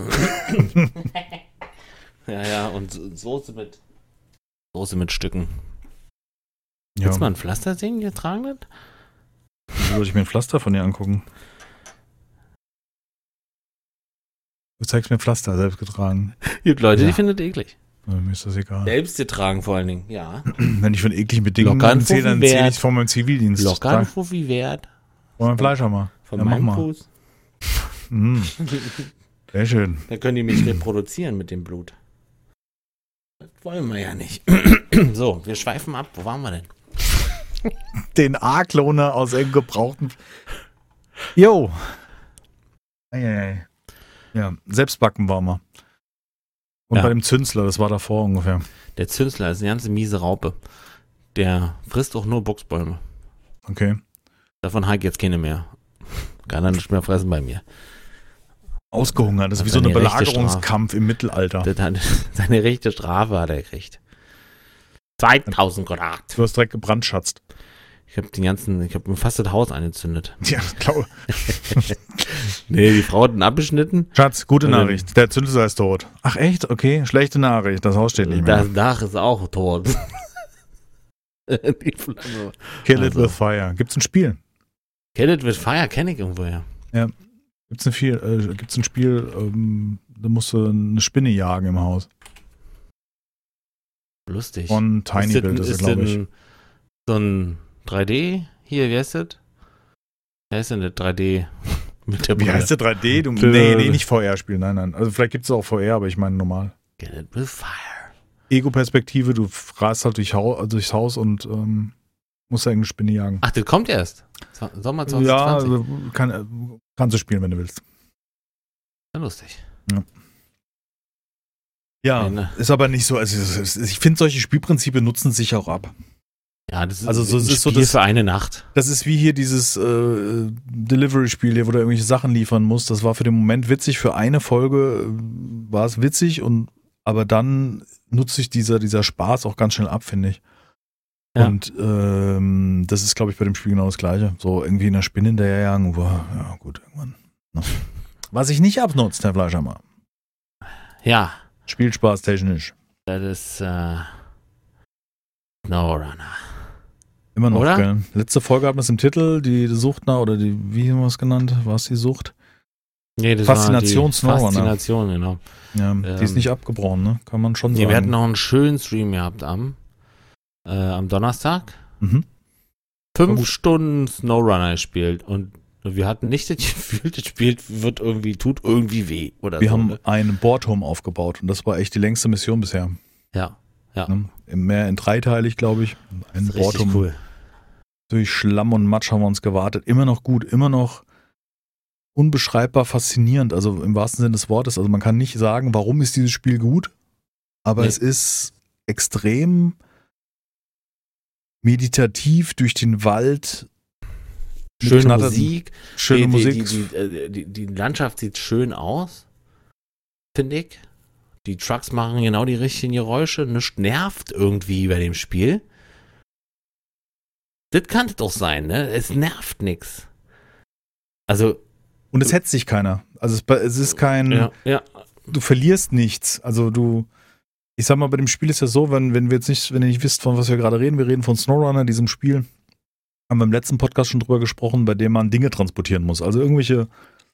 Ja, ja, und So- Soße mit Soße mit Stücken. Ja. Willst du mal ein Pflaster sehen, getragen hat? Wie soll ich mir ein Pflaster von dir angucken? Du zeigst mir ein Pflaster, selbst getragen. Gibt Leute, Ja. die findet eklig. Ja, mir ist das egal. Selbst getragen vor allen Dingen, ja. Wenn ich von ekligen Bedingungen Locker ein zähle, dann Fuffi zähle wert. ich von meinem Zivildienst. Locker ein Da- Fuffi wert. Von meinem Fleischhammer. Von Ja, mach meinem mal. Fuß. Mhm. Sehr schön. Da können die mich reproduzieren mit dem Blut. Das wollen wir ja nicht. So, wir schweifen ab. Wo waren wir denn? Den A-Kloner aus irgendeinem gebrauchten. Jo. Eieiei. Ja, selbstbacken war mal. Und Ja. bei dem Zünsler, das war davor ungefähr. Der Zünsler ist eine ganz miese Raupe. Der frisst auch nur Buchsbäume. Okay. Davon habe ich jetzt keine mehr. Kann er nicht mehr fressen bei mir. Ausgehungert. Das ist Hat wie so ein seine rechte Belagerungskampf im Mittelalter. Das hat, seine rechte Strafe hat er gekriegt. zweitausend Grad. Du hast direkt gebrandschatzt. Ich habe den ganzen, ich habe mir fast das Haus angezündet. Ja, glaube. Nee, die Frau hat ihn abgeschnitten. Schatz, gute Und dann- Nachricht. Der Zünsler ist tot. Ach echt? Okay, schlechte Nachricht. Das Haus steht nicht mehr. Das Dach ist auch tot. Die Flamme. Kill it also. with fire. Gibt's ein Spiel? Kill It with Fire kenne ich irgendwo ja. Gibt's ein, viel, äh, gibt's ein Spiel, ähm, da musst du eine Spinne jagen im Haus. Lustig. Von Tiny das- Build ist es, das glaube ich. ein- So ein drei D? Hier, wie heißt das? Wie heißt denn das drei D? Mit der Wie Brille. heißt der drei D? Du, Bitte. nee, nee, nicht V R-Spiel. Nein, nein. Also vielleicht gibt's es auch V R, aber ich meine normal. Kill It with Fire. Ego-Perspektive, du rast halt durch Hau- durchs Haus und ähm, musst da irgendeine Spinne jagen. Ach, das kommt erst. Zwa- Sommer Ja, zwanzig zwanzig. also kann, äh, kannst du spielen, wenn du willst. Ja, lustig. Ja, Eine- ist aber nicht so. Also es ist- ich finde, solche Spielprinzipien nutzen sich auch ab. Ja, das ist Also so- ein es ist so Spiel das- für eine Nacht. Das ist wie hier dieses äh, Delivery-Spiel hier, wo du irgendwelche Sachen liefern musst. Das war für den Moment witzig. Für eine Folge äh, war es witzig, und aber dann nutzt sich dieser, dieser Spaß auch ganz schnell ab, finde ich. Ja. Und ähm, das ist, glaube ich, bei dem Spiel genau das Gleiche. So irgendwie in der Spinne hinterherjagen. Boah, ja, gut, irgendwann. Ne? Was ich nicht abnutzt, Herr Fleischhammer. Ja, Spielspaß technisch. das ist äh, SnowRunner. Immer noch, Oder? gell? Letzte Folge hatten wir es im Titel, die Sucht nach, oder die, wie haben wir es genannt? War es die Sucht? Nee, das Faszination war die Snowrunner. Faszination, genau. Ja, die Ähm, ist nicht abgebrochen, ne? Kann man schon Nee, sagen. wir hatten noch einen schönen Stream gehabt am, äh, am Donnerstag. Mhm. Fünf gut. Stunden SnowRunner gespielt und wir hatten nicht das Gefühl, das Spiel wird irgendwie, tut irgendwie weh oder Wir so. haben Ne? einen Boardturm aufgebaut und das war echt die längste Mission bisher. Ja, ja. Ne? Im Meer in dreiteilig, glaube ich. Ein Das ist richtig Boardturm. cool. Durch Schlamm und Matsch haben wir uns gewartet. Immer noch gut, immer noch unbeschreibbar faszinierend, also im wahrsten Sinne des Wortes. Also man kann nicht sagen, warum ist dieses Spiel gut, aber Nee. es ist extrem meditativ durch den Wald. mit Schöne knatternden- Musik. Schöne die, Musik. Die, die, die, äh, die, die Landschaft sieht schön aus, finde ich. Die Trucks machen genau die richtigen Geräusche. Nichts nervt irgendwie bei dem Spiel. Das kann es doch sein, ne? Es nervt nix. Also, Und es hetzt sich keiner. Also es, es ist kein, ja, ja. du verlierst nichts. Also du, ich sag mal, bei dem Spiel ist ja so, wenn, wenn wir jetzt nicht, wenn ihr nicht wisst, von was wir gerade reden, wir reden von SnowRunner, diesem Spiel, haben wir im letzten Podcast schon drüber gesprochen, bei dem man Dinge transportieren muss. Also irgendwelche,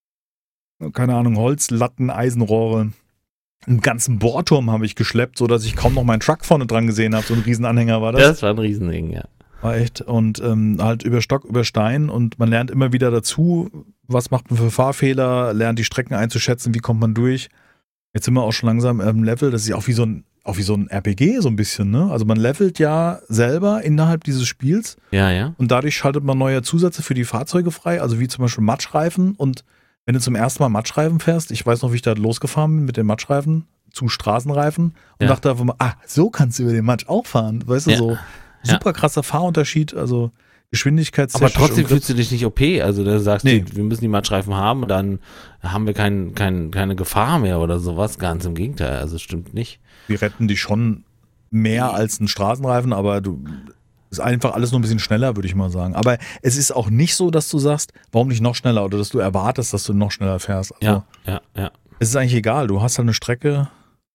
keine Ahnung, Holzlatten, Eisenrohre. Einen ganzen Bohrturm habe ich geschleppt, sodass ich kaum noch meinen Truck vorne dran gesehen habe. So ein Riesenanhänger war das. Das war ein Riesending, ja. War echt. Und ähm, halt über Stock, über Stein und man lernt immer wieder dazu, was macht man für Fahrfehler, lernt die Strecken einzuschätzen, wie kommt man durch. Jetzt sind wir auch schon langsam im Level, das ist ja auch wie so ein, auch wie so ein R P G so ein bisschen, ne? Also man levelt ja selber innerhalb dieses Spiels Ja, ja. und dadurch schaltet man neue Zusätze für die Fahrzeuge frei, also wie zum Beispiel Matschreifen. Und wenn du zum ersten Mal Matschreifen fährst, ich weiß noch, wie ich da losgefahren bin mit den Matschreifen zu Straßenreifen und Ja. dachte einfach mal, ah, so kannst du über den Matsch auch fahren, weißt du, Ja. so super krasser Fahrunterschied, also Geschwindigkeitstechnisch. Aber trotzdem und- fühlst du dich nicht O P. Also da sagst Nee. du, wir müssen die Matschreifen haben und dann haben wir kein, kein, keine Gefahr mehr oder sowas. Ganz im Gegenteil. Also es stimmt nicht. die retten dich schon mehr als ein Straßenreifen, aber du ist einfach alles nur ein bisschen schneller, würde ich mal sagen. Aber es ist auch nicht so, dass du sagst, warum nicht noch schneller oder dass du erwartest, dass du noch schneller fährst. Also, Ja, ja, ja. es ist eigentlich egal. Du hast halt eine Strecke,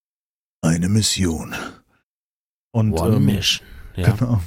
eine Mission. Und One ähm, Mission. Ja. Genau.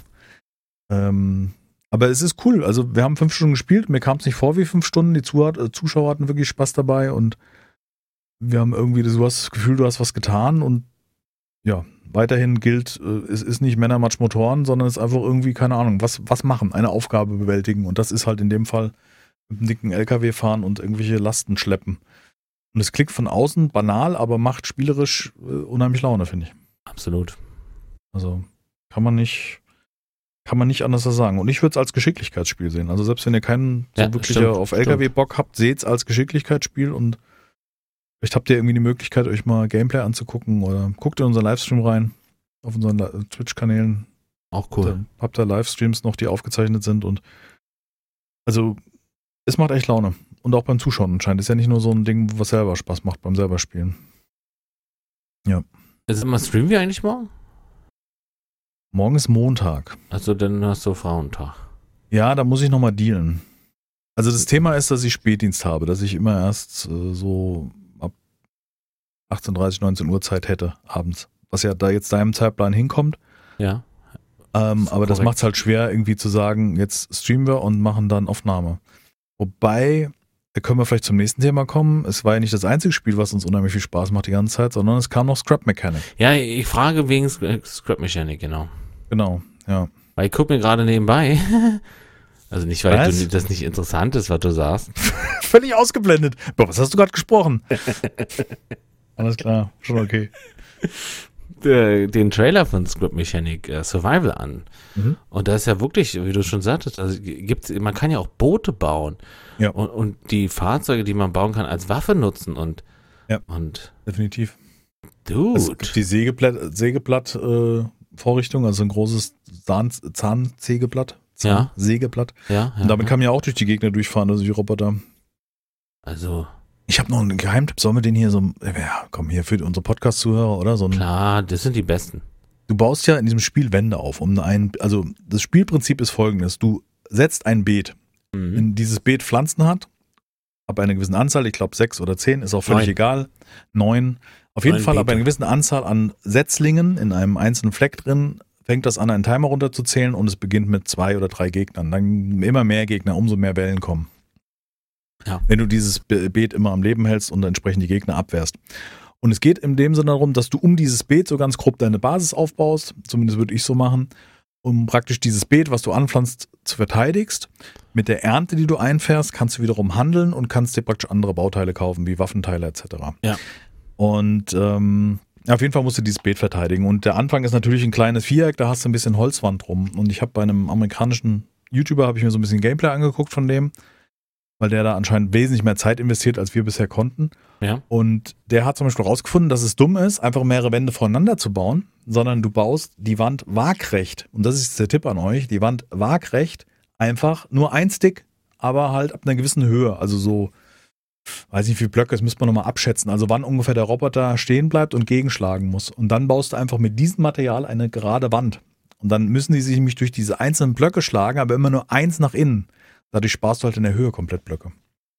Ähm, aber es ist cool. Also wir haben fünf Stunden gespielt. Mir kam es nicht vor wie fünf Stunden. Die Zuh- äh, Zuschauer hatten wirklich Spaß dabei und wir haben irgendwie das, du hast das Gefühl, du hast was getan und ja, weiterhin gilt, äh, es ist nicht Männermatsch Motoren, sondern es ist einfach irgendwie, keine Ahnung, was, was machen, eine Aufgabe bewältigen und das ist halt in dem Fall mit einem dicken L K W fahren und irgendwelche Lasten schleppen. Und es klingt von außen banal, aber macht spielerisch äh, unheimlich Laune, finde ich. Absolut. Also kann man nicht, kann man nicht anders sagen. Und ich würde es als Geschicklichkeitsspiel sehen. Also selbst wenn ihr keinen so Ja, wirklich stimmt, auf L K W Bock habt, seht es als Geschicklichkeitsspiel und vielleicht habt ihr irgendwie die Möglichkeit, euch mal Gameplay anzugucken oder guckt in unseren Livestream rein, auf unseren Li- Twitch-Kanälen. Auch cool. Da habt ihr Livestreams noch, die aufgezeichnet sind und also es macht echt Laune. Und auch beim Zuschauen anscheinend. Ist ja nicht nur so ein Ding, was selber Spaß macht beim selber Spielen. Ist immer streamen wir eigentlich morgen? Morgen ist Montag. Also dann hast du Frauentag. Ja, da muss ich nochmal dealen. Also das Thema ist, dass ich Spätdienst habe, dass ich immer erst äh, so ab achtzehn Uhr dreißig, neunzehn Uhr Zeit hätte, abends. Was ja da jetzt deinem Zeitplan hinkommt. Ja. Ähm, Ist aber das korrekt. macht es halt schwer, irgendwie zu sagen, jetzt streamen wir und machen dann Aufnahme. Wobei, da können wir vielleicht zum nächsten Thema kommen. Es war ja nicht das einzige Spiel, was uns unheimlich viel Spaß macht die ganze Zeit, sondern es kam noch Scrap Mechanic. Ja, ich frage wegen Sc- Scrap Mechanic, genau. Genau, ja. Weil ich gucke mir gerade nebenbei. Also nicht, weil Was? du, das nicht interessant ist, was du sagst. Völlig ausgeblendet. Boah, was hast du gerade gesprochen? Alles klar, schon okay. Äh, Den Trailer von Scrap Mechanic äh, Survival an. Mhm. Und da ist ja wirklich, wie du schon sagtest, also gibt's, man kann ja auch Boote bauen. Ja. Und, und die Fahrzeuge, die man bauen kann, als Waffe nutzen. Und, Ja. und Definitiv. Es dude. gibt die Sägeblatt, Sägeblatt äh, Vorrichtung, also ein großes Zahn, Zahnsägeblatt. Ja. Sägeblatt. Ja, ja, Und damit ja. kann man ja auch durch die Gegner durchfahren, also die Roboter. Also Ich habe noch einen Geheimtipp. Sollen wir den hier so, ja, komm, hier für unsere Podcast-Zuhörer, oder? So ein, klar, das sind die Besten. du baust ja in diesem Spiel Wände auf, um ein, also das Spielprinzip ist folgendes. Du setzt ein Beet. Mhm. Wenn dieses Beet Pflanzen hat, ab einer gewissen Anzahl, ich glaube sechs oder zehn, ist auch völlig Neun. egal. Neun. Auf jeden Neun Fall ab Beete. einer gewissen Anzahl an Setzlingen in einem einzelnen Fleck drin, fängt das an, einen Timer runterzuzählen und es beginnt mit zwei oder drei Gegnern. Dann immer mehr Gegner, umso mehr Wellen kommen. Ja. wenn du dieses Be- Beet immer am Leben hältst und entsprechend die Gegner abwehrst. Und es geht in dem Sinne darum, dass du um dieses Beet so ganz grob deine Basis aufbaust, zumindest würde ich so machen, um praktisch dieses Beet, was du anpflanzt, zu verteidigst. Mit der Ernte, die du einfährst, kannst du wiederum handeln und kannst dir praktisch andere Bauteile kaufen, wie Waffenteile et cetera. Ja. Und ähm, auf jeden Fall musst du dieses Beet verteidigen. Und der Anfang ist natürlich ein kleines Viereck, da hast du ein bisschen Holzwand rum. Und ich habe bei einem amerikanischen YouTuber, habe ich mir so ein bisschen Gameplay angeguckt von dem, weil der da anscheinend wesentlich mehr Zeit investiert, als wir bisher konnten. Ja. Und der hat zum Beispiel rausgefunden, dass es dumm ist, einfach mehrere Wände voneinander zu bauen, sondern du baust die Wand waagrecht. Und das ist der Tipp an euch, die Wand waagrecht, einfach nur ein Stick, aber halt ab einer gewissen Höhe. Also so, weiß nicht wie viele Blöcke, das müsste man nochmal abschätzen. Also wann ungefähr der Roboter stehen bleibt und gegenschlagen muss. Und dann baust du einfach mit diesem Material eine gerade Wand. Und dann müssen die sich nämlich durch diese einzelnen Blöcke schlagen, aber immer nur eins nach innen. Dadurch sparst du halt in der Höhe komplett Blöcke.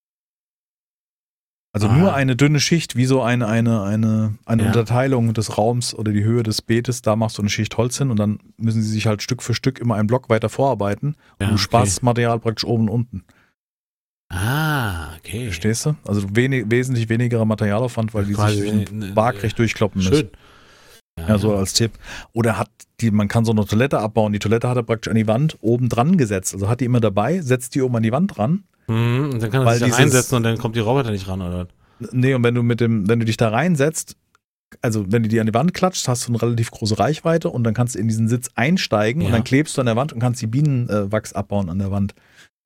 Also Ah. nur eine dünne Schicht, wie so eine, eine, eine, eine Ja. Unterteilung des Raums oder die Höhe des Beetes, da machst du eine Schicht Holz hin und dann müssen sie sich halt Stück für Stück immer einen Block weiter vorarbeiten und Ja, du okay. sparst das Material praktisch oben und unten. Ah, okay. Verstehst du? Also wenig, wesentlich weniger Materialaufwand, weil die Quasi sich eine- waagrecht durchkloppen müssen. Schön. Ja, so als Tipp. Oder hat die, man kann so eine Toilette abbauen. Die Toilette hat er praktisch an die Wand oben dran gesetzt. Also hat die immer dabei, setzt die oben an die Wand dran. Mhm, und dann kann er Weil sich da dieses- reinsetzen und dann kommt die Roboter nicht ran, oder? Nee, und wenn du mit dem, wenn du dich da reinsetzt, also wenn du die an die Wand klatscht, hast du eine relativ große Reichweite und dann kannst du in diesen Sitz einsteigen Ja. und dann klebst du an der Wand und kannst die Bienenwachs abbauen an der Wand.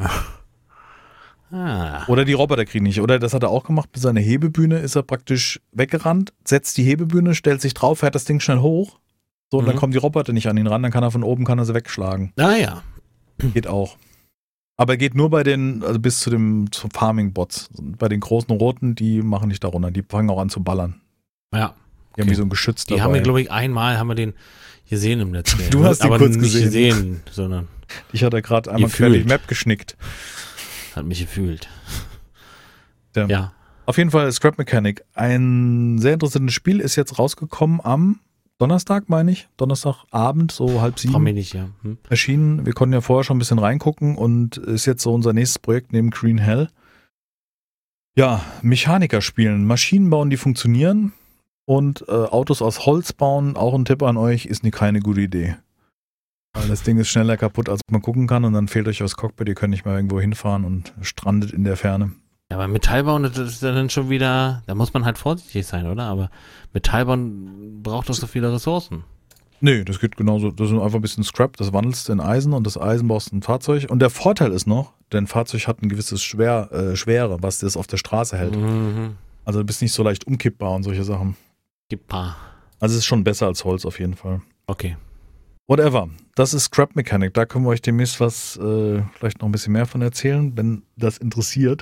Ah. Oder die Roboter kriegen nicht. Oder das hat er auch gemacht, mit seiner Hebebühne ist er praktisch weggerannt, setzt die Hebebühne, stellt sich drauf, fährt das Ding schnell hoch. So, und Mhm. dann kommen die Roboter nicht an ihn ran, dann kann er von oben, kann er sie wegschlagen. Ah ja. Geht auch. Aber geht nur bei den, also bis zu dem zu Farming-Bots. Bei den großen Roten, die machen nicht da runter. Die fangen auch an zu ballern. Ja. Die haben wie so ein Geschütz Die dabei. haben wir, glaube ich, einmal haben wir den gesehen im Let's Play. Du hast ihn aber kurz nicht gesehen. gesehen, sondern Ich hatte gerade einmal Gefühlt. quer die Map geschnickt. hat mich gefühlt. Der, Ja. Auf jeden Fall Scrap Mechanic. Ein sehr interessantes Spiel ist jetzt rausgekommen am Donnerstag, meine ich. Donnerstagabend, so halb Frag sieben mich nicht, ja. Hm? erschienen. Wir konnten ja vorher schon ein bisschen reingucken und ist jetzt so unser nächstes Projekt neben Green Hell. Ja, Mechaniker spielen, Maschinen bauen, die funktionieren und äh, Autos aus Holz bauen, auch ein Tipp an euch, ist nie keine gute Idee. Weil das Ding ist schneller kaputt, als man gucken kann und dann fehlt euch das Cockpit, ihr könnt nicht mal irgendwo hinfahren und strandet in der Ferne. Ja, aber Metallbauen, das ist ja dann schon wieder, da muss man halt vorsichtig sein, oder? Aber Metallbauen braucht doch so viele Ressourcen. Nee, das geht genauso. Das ist einfach ein bisschen Scrap, das wandelst du in Eisen und das Eisen baust du in ein Fahrzeug. Und der Vorteil ist noch, dein Fahrzeug hat ein gewisses Schwer, äh, Schwere, was das auf der Straße hält. Mhm. Also du bist nicht so leicht umkippbar und solche Sachen. Gib paar. Also es ist schon besser als Holz auf jeden Fall. Okay. Whatever. Das ist Scrap Mechanic. Da können wir euch demnächst was, äh, vielleicht noch ein bisschen mehr von erzählen, wenn das interessiert.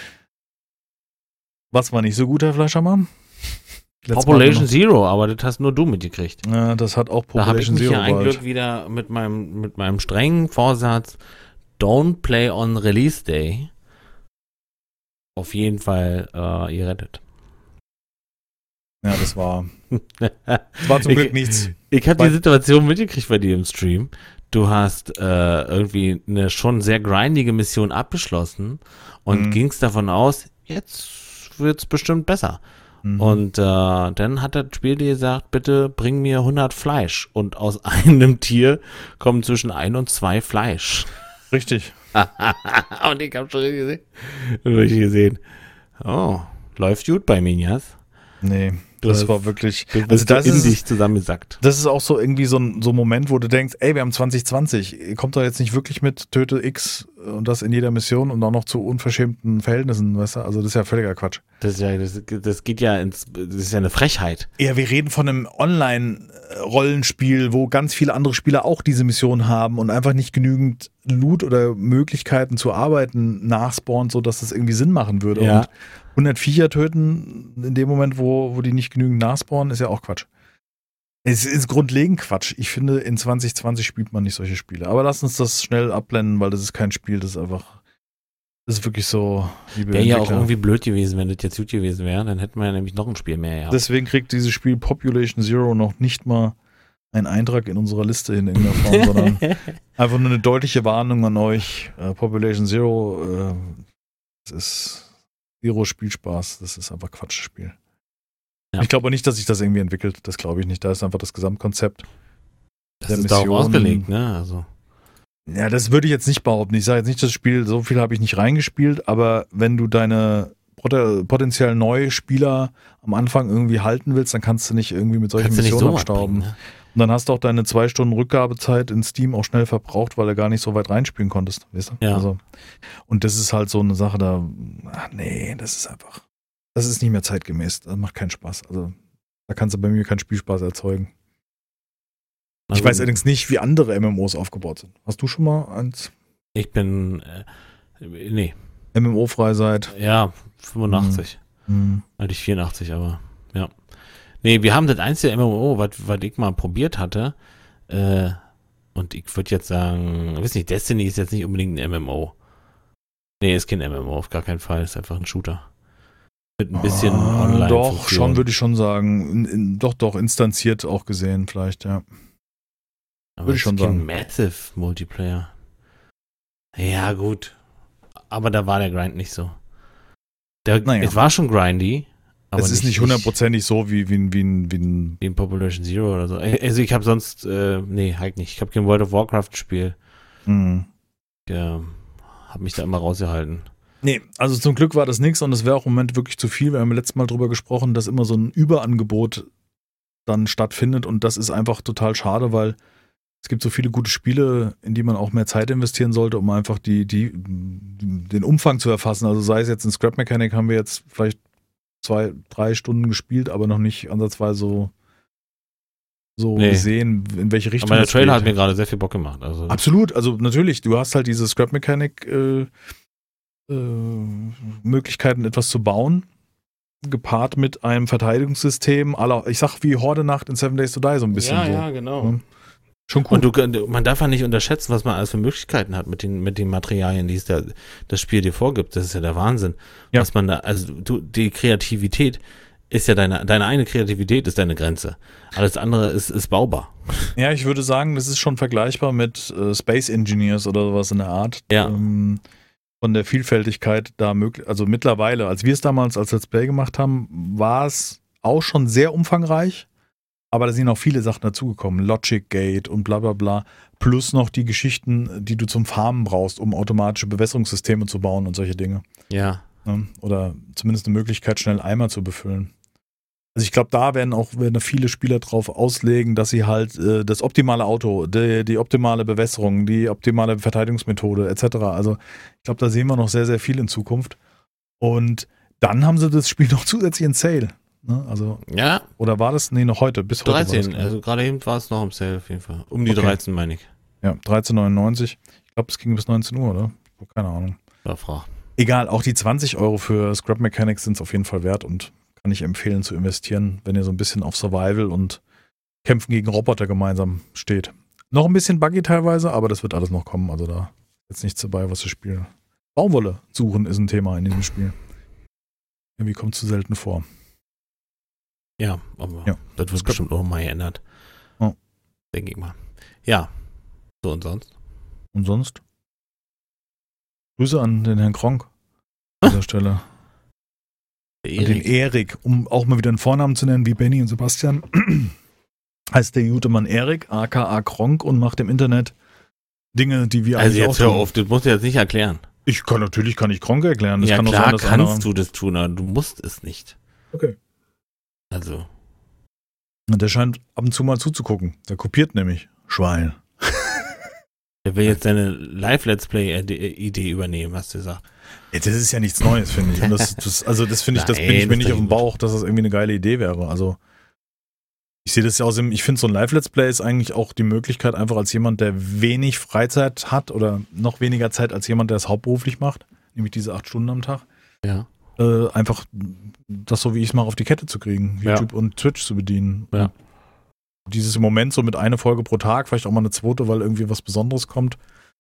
Was war nicht so gut, Herr Fleischermann? Letztes Mal Population noch- Zero, aber das hast nur du mitgekriegt. Ja, das hat auch Da habe ich Population mich Zero ja ein bald. Glück wieder mit meinem, mit meinem strengen Vorsatz Don't Play on Release Day auf jeden Fall äh, gerettet. Ja, das war, das war zum Ich- Glück nichts. Ich habe Weil- die Situation mitgekriegt bei dir im Stream. Du hast äh, irgendwie eine schon sehr grindige Mission abgeschlossen und Mhm. gingst davon aus, jetzt wird's bestimmt besser. Mhm. Und äh, dann hat das Spiel dir gesagt, bitte bring mir hundert Fleisch. Und aus einem Tier kommen zwischen ein und zwei Fleisch. Richtig. Und ich habe schon richtig gesehen. Richtig gesehen. Oh, läuft gut bei Minjas. Nee, Du das hast- war wirklich. Du Also bist das so in ist, dich zusammengesackt. das ist auch so irgendwie so ein, so ein Moment, wo du denkst, ey, wir haben zwanzig zwanzig, ihr kommt doch jetzt nicht wirklich mit Töte X und das in jeder Mission und auch noch zu unverschämten Verhältnissen, weißt du? Also das ist ja völliger Quatsch. Das, ist ja, das, das geht ja ins, das ist ja eine Frechheit. Ja, wir reden von einem Online-Rollenspiel, wo ganz viele andere Spieler auch diese Mission haben und einfach nicht genügend Loot oder Möglichkeiten zu arbeiten nachspawnt, sodass das irgendwie Sinn machen würde. Ja. Und hundert Viecher töten in dem Moment, wo, wo die nicht genügend nachspawnen, ist ja auch Quatsch. Es ist grundlegend Quatsch. Ich finde, in zwanzig zwanzig spielt man nicht solche Spiele. Aber lass uns das schnell abblenden, weil das ist kein Spiel, das ist einfach, das ist wirklich so, liebe Wäre ja auch Entwickler. irgendwie blöd gewesen, wenn das jetzt gut gewesen wäre. Dann hätten wir ja nämlich noch ein Spiel mehr gehabt. Deswegen kriegt dieses Spiel Population Zero noch nicht mal einen Eintrag in unserer Liste in irgendeiner Form, sondern einfach nur eine deutliche Warnung an euch. Äh, Population Zero, äh, Das ist Zero Spielspaß. Das ist einfach Quatschspiel. Ja. Ich glaube nicht, dass sich das irgendwie entwickelt. Das glaube ich nicht. Da ist einfach das Gesamtkonzept. Das der ist darauf Missionen- ausgelegt, ne? Also. Ja, das würde ich jetzt nicht behaupten. Ich sage jetzt nicht, das Spiel, so viel habe ich nicht reingespielt, aber wenn du deine pot- potenziell neue Spieler am Anfang irgendwie halten willst, dann kannst du nicht irgendwie mit solchen Kannst du nicht Missionen so abstauben. abstauben, ne? Und dann hast du auch deine zwei Stunden Rückgabezeit in Steam auch schnell verbraucht, weil du gar nicht so weit reinspielen konntest. Weißt du? Ja. Also, und das ist halt so eine Sache, da, ach nee, das ist einfach, das ist nicht mehr zeitgemäß. Das macht keinen Spaß. Also, da kannst du bei mir keinen Spielspaß erzeugen. Ich Also, weiß allerdings nicht, wie andere M M Os aufgebaut sind. Hast du schon mal eins Ich bin, äh, nee, M M O-frei seid? ja, fünfundachtzig. Hm. Eigentlich vierundachtzig, aber ja. Nee, wir haben das einzige M M O, was was ich mal probiert hatte. Äh, und ich würde jetzt sagen, weiß nicht, Destiny ist jetzt nicht unbedingt ein M M O. Nee, ist kein M M O, auf gar keinen Fall. Ist einfach ein Shooter. Mit ein bisschen Ah, online. Doch, schon würde ich schon sagen. In, in, doch, doch, instanziert auch gesehen, vielleicht, ja. Aber würde ich es schon ist kein sagen. Massive Multiplayer. Ja, gut. Aber da war der Grind nicht so. Der, Naja. Es war schon grindy. Aber es ist nicht hundertprozentig so wie, wie, wie, wie, wie ein. Wie in Population Zero oder so. Also ich habe sonst, äh, nee, halt nicht. Ich habe kein World of Warcraft-Spiel. Mh. Ich äh, habe mich da immer rausgehalten. Nee, also zum Glück war das nichts und es wäre auch im Moment wirklich zu viel. Wir haben letztes Mal drüber gesprochen, dass immer so ein Überangebot dann stattfindet und das ist einfach total schade, weil es gibt so viele gute Spiele, in die man auch mehr Zeit investieren sollte, um einfach die, die, den Umfang zu erfassen. Also sei es jetzt in Scrap Mechanic, haben wir jetzt vielleicht zwei, drei Stunden gespielt, aber noch nicht ansatzweise so, so Nee. gesehen, in welche Richtung Aber der es Trailer geht. hat mir gerade sehr viel Bock gemacht. Also Absolut, also natürlich, du hast halt diese Scrap Mechanic äh, äh, Möglichkeiten, etwas zu bauen, gepaart mit einem Verteidigungssystem, aller, ich sag wie Horde Nacht in Seven Days to Die so ein bisschen ja, so. ja, genau. Ja. Schon cool. Und du, man darf ja nicht unterschätzen, was man alles für Möglichkeiten hat mit den, mit den Materialien, die es da, das Spiel dir vorgibt. Das ist ja der Wahnsinn. Ja. Was man da, also du, die Kreativität ist ja deine, deine eine Kreativität ist deine Grenze. Alles andere ist, ist baubar. Ja, ich würde sagen, das ist schon vergleichbar mit äh, Space Engineers oder sowas in der Art. Ja. Ähm, von der Vielfältigkeit da möglich, also mittlerweile, als wir es damals als Let's Play gemacht haben, war es auch schon sehr umfangreich, aber da sind auch viele Sachen dazugekommen. Logic Gate und bla bla bla. Plus noch die Geschichten, die du zum Farmen brauchst, um automatische Bewässerungssysteme zu bauen und solche Dinge. Ja. Ne? Oder zumindest eine Möglichkeit, schnell Eimer zu befüllen. Also ich glaube, da werden auch werden da viele Spieler drauf auslegen, dass sie halt äh, das optimale Auto, die, die optimale Bewässerung, die optimale Verteidigungsmethode et cetera. Also ich glaube, da sehen wir noch sehr, sehr viel in Zukunft. Und dann haben sie das Spiel noch zusätzlich in Sale. Ne? Also, Ja, oder war das? Nee, noch heute, bis heute. War dreizehn. das, Also gerade eben war es noch im Sale auf jeden Fall. Um die Okay. dreizehn meine ich. ja, dreizehn neunundneunzig. Ich glaube, es ging bis neunzehn Uhr, oder? Keine Ahnung. War Frau. Egal, auch die zwanzig Euro für Scrap Mechanics sind es auf jeden Fall wert und kann ich empfehlen zu investieren, wenn ihr so ein bisschen auf Survival und Kämpfen gegen Roboter gemeinsam steht. Noch ein bisschen buggy teilweise, aber das wird alles noch kommen. Also da ist jetzt nichts dabei, was das Spiel. Baumwolle suchen ist ein Thema in diesem Spiel. Irgendwie kommt zu selten vor. Ja, aber Ja. das wird bestimmt auch mal geändert. Ja. Denke ich mal. Ja. So und sonst? Und sonst? Grüße an den Herrn Kronk an dieser Stelle. Der Und den Erik, um auch mal wieder einen Vornamen zu nennen, wie Benny und Sebastian, heißt der gute Mann Erik, aka Kronk, und macht im Internet Dinge, die wir Also eigentlich jetzt auch hör tun. auf, das musst du jetzt nicht erklären. Ich kann natürlich kann ich Kronk erklären. Das ja kann auch klar sein, dass kannst einer, du das tun, aber du musst es nicht. Okay. Also, Und der scheint ab und zu mal zuzugucken. Der kopiert nämlich. Schwein. der will jetzt deine Live-Let's Play-Idee übernehmen, hast du gesagt. Ja, das ist ja nichts Neues, finde ich. Und das, das, also das finde ich, das bin Nein, ich mir das nicht ist auf dem doch Bauch, dass das irgendwie eine geile Idee wäre. Also ich sehe das ja aus dem, ich finde so ein Live-Let's Play ist eigentlich auch die Möglichkeit, einfach als jemand, der wenig Freizeit hat oder noch weniger Zeit als jemand, der es hauptberuflich macht, nämlich diese acht Stunden am Tag, Ja. äh, einfach das so wie ich es mache auf die Kette zu kriegen, Ja. YouTube und Twitch zu bedienen. Ja. Dieses im Moment so mit einer Folge pro Tag, vielleicht auch mal eine zweite, weil irgendwie was Besonderes kommt,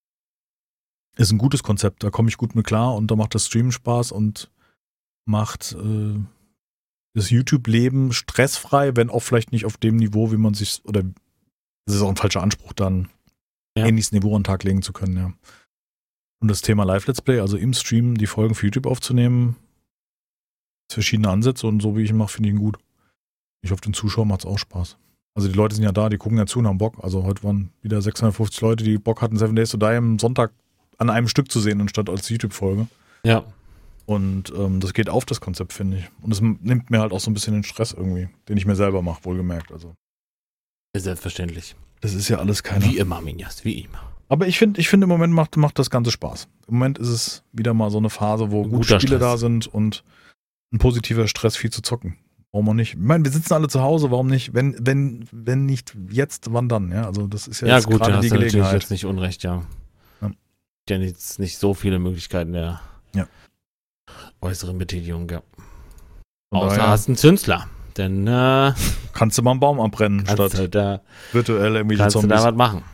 ist ein gutes Konzept. Da komme ich gut mit klar und da macht das Streamen Spaß und macht äh, das YouTube-Leben stressfrei, wenn auch vielleicht nicht auf dem Niveau, wie man sich, oder das ist auch ein falscher Anspruch, dann Ja. ähnliches Niveau an den Tag legen zu können, ja. Und das Thema Live-Let's Play, also im Stream die Folgen für YouTube aufzunehmen, verschiedene Ansätze und so wie ich ihn mache, finde ich ihn gut. Ich hoffe, den Zuschauern macht es auch Spaß. Also die Leute sind ja da, die gucken ja zu und haben Bock. Also heute waren wieder sechshundertfünfzig Leute, die Bock hatten, Seven Days to Die am Sonntag an einem Stück zu sehen, anstatt als YouTube-Folge. Ja. Und ähm, das geht auf, das Konzept, finde ich. Und es nimmt mir halt auch so ein bisschen den Stress irgendwie, den ich mir selber mache, wohlgemerkt. Also. Selbstverständlich. Das ist ja alles keine... Wie immer, Minjas, wie immer. Aber ich finde, ich finde im Moment macht, macht das Ganze Spaß. Im Moment ist es wieder mal so eine Phase, wo gute Guter Spiele Stress. da sind und ein positiver Stress, viel zu zocken. Warum auch nicht? Ich meine, wir sitzen alle zu Hause, warum nicht? Wenn, wenn, wenn nicht jetzt, wann dann? Ja, also das ist ja, Ja jetzt gut, da gerade hast die du natürlich Gelegenheit. jetzt nicht unrecht, ja. Ja. Ja, jetzt nicht so viele Möglichkeiten der Ja. äußeren Betätigung, ja. Von Außer daher hast einen Zündler. Denn äh, kannst du mal einen Baum abbrennen, kannst statt du da, virtuell irgendwelche kannst du da Zombies. was machen.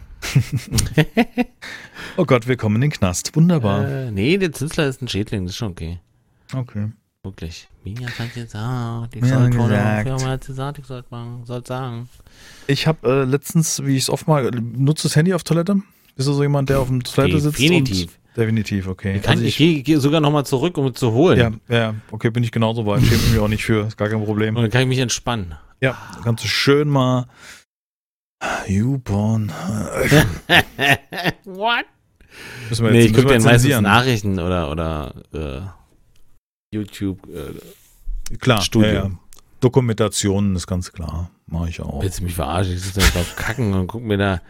Oh Gott, willkommen in den Knast. Wunderbar. Äh, nee, der Zündler ist ein Schädling, das ist schon okay. Okay. Wirklich. Minjas hat gesagt, ich Ja, soll vor gesagt. der Firma hat gesagt, ich soll machen, soll sagen. Ich habe äh, letztens, wie ich es oft mal, nutzt das Handy auf Toilette? Bist du so jemand, der auf dem Toilette sitzt? Definitiv. Und, definitiv, okay. Ich, kann, Also ich, gehe geh sogar nochmal zurück, um es zu holen. ja, ja, okay, bin ich genauso weit. Schäme ich mich auch nicht für, ist gar kein Problem. Und dann kann ich mich entspannen. Ja, dann kannst du schön mal YouPorn. What? Müssen wir Nee, jetzt, ich gucke müssen wir dann meistens zensieren. Nachrichten oder, oder äh, YouTube. Äh, Klar, Studio. ja, ja. Dokumentationen ist ganz klar. Mache ich auch. willst du mich verarschen? Ich sitze da drauf kacken und guck mir da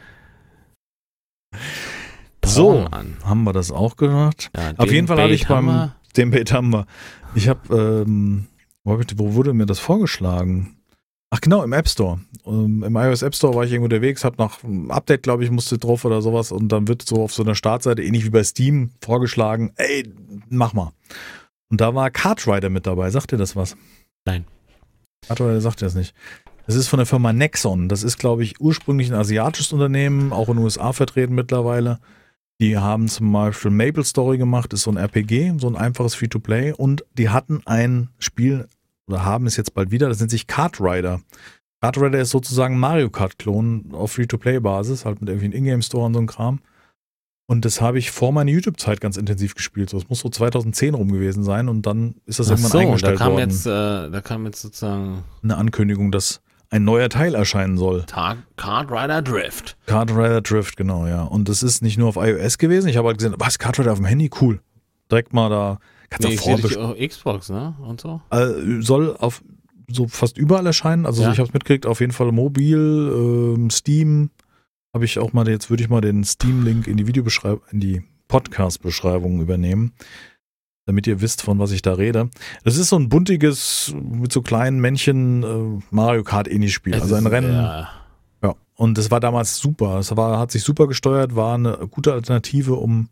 So, Porn an. haben wir das auch gemacht. Ja, Auf den jeden Fall hatte Bait ich haben beim, wir. den Bait haben wir. Ich habe, ähm, wo, hab ich, wo wurde mir das vorgeschlagen? Ach genau, im App Store. Ähm, Im iOS App Store war ich irgendwo unterwegs, habe nach einem Update, glaube ich, musste drauf oder sowas und dann wird so auf so einer Startseite, ähnlich wie bei Steam, vorgeschlagen, ey, mach mal. Und da war Kartrider mit dabei. Sagt dir das was? Nein. Kartrider sagt dir das nicht. Das ist von der Firma Nexon. Das ist, glaube ich, ursprünglich ein asiatisches Unternehmen, auch in den U S A vertreten mittlerweile. Die haben zum Beispiel Maple Story gemacht, ist so ein R P G, so ein einfaches Free-to-Play. Und die hatten ein Spiel, oder haben es jetzt bald wieder, das nennt sich Kartrider. Kartrider ist sozusagen ein Mario Kart-Klon auf Free-to-Play-Basis, halt mit irgendwie einem Ingame-Store und so einem Kram. Und das habe ich vor meiner YouTube-Zeit ganz intensiv gespielt. So, das muss so zweitaurzehn rum gewesen sein und dann ist das Ach irgendwann so, da eingestellt kam worden. jetzt, äh, da kam jetzt sozusagen Eine Ankündigung, dass ein neuer Teil erscheinen soll. Tag Kart Rider Drift. Kartrider Drift, genau, ja. Und das ist nicht nur auf iOS gewesen. Ich habe halt gesehen, was, Kartrider auf dem Handy? Cool. Direkt mal da, kannst du Nee, nee, ich sehe dich vorbestellen. auf Xbox, ne? Und so. Äh, soll auf so fast überall erscheinen. Also Ja. ich habe es mitgekriegt, auf jeden Fall mobil, ähm, Steam. Habe ich auch mal, jetzt würde ich mal den Steam-Link in die Videobeschreibung, in die Podcast-Beschreibung übernehmen, damit ihr wisst, von was ich da rede. Das ist so ein buntiges, mit so kleinen Männchen äh, Mario Kart-ähnliches Spiel. Es also ein ist, Rennen. Ja, Ja, und das war damals super. Es war, hat sich super gesteuert, war eine gute Alternative, um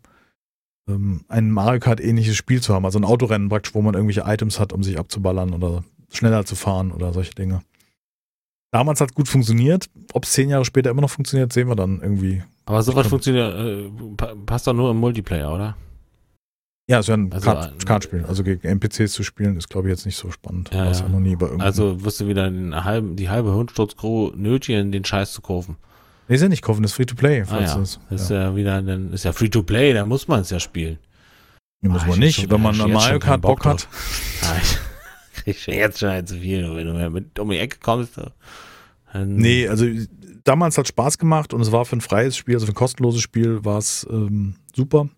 ähm, ein Mario Kart-ähnliches Spiel zu haben. Also ein Autorennen praktisch, wo man irgendwelche Items hat, um sich abzuballern oder schneller zu fahren oder solche Dinge. Damals hat es gut funktioniert. Ob es zehn Jahre später immer noch funktioniert, sehen wir dann irgendwie. aber sowas Komm. funktioniert, äh, pa- passt doch nur im Multiplayer, oder? Ja, es ist ja ein Also, Kart, äh, Kartspiel. Also gegen N P Cs zu spielen, ist, glaube ich, jetzt nicht so spannend. Ja, War es ja. ja noch nie bei irgendeinem. Also wirst du wieder den halben, die halbe Hundsturz-Crew nötigen, den Scheiß zu kaufen. Nee, ist ja nicht kaufen, das ist Free-to-Play. Ah, falls ja. das, Das ist ja. ja wieder, dann ist ja Free-to-Play, da muss man es ja spielen. Nee, muss Ah, man ich hab nicht. schon- Wenn man ich an hab jetzt Mario schon Kart keinen Bock Bock hat, Ah, ich krieg schon jetzt schon halt zu viel, wenn du mir mit um die Ecke kommst. Dann, nee, also damals hat Spaß gemacht und es war für ein freies Spiel, also für ein kostenloses Spiel war es ähm, super.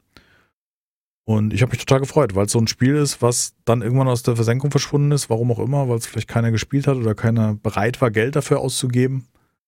Und ich habe mich total gefreut, weil es so ein Spiel ist, was dann irgendwann aus der Versenkung verschwunden ist, warum auch immer, weil es vielleicht keiner gespielt hat oder keiner bereit war, Geld dafür auszugeben.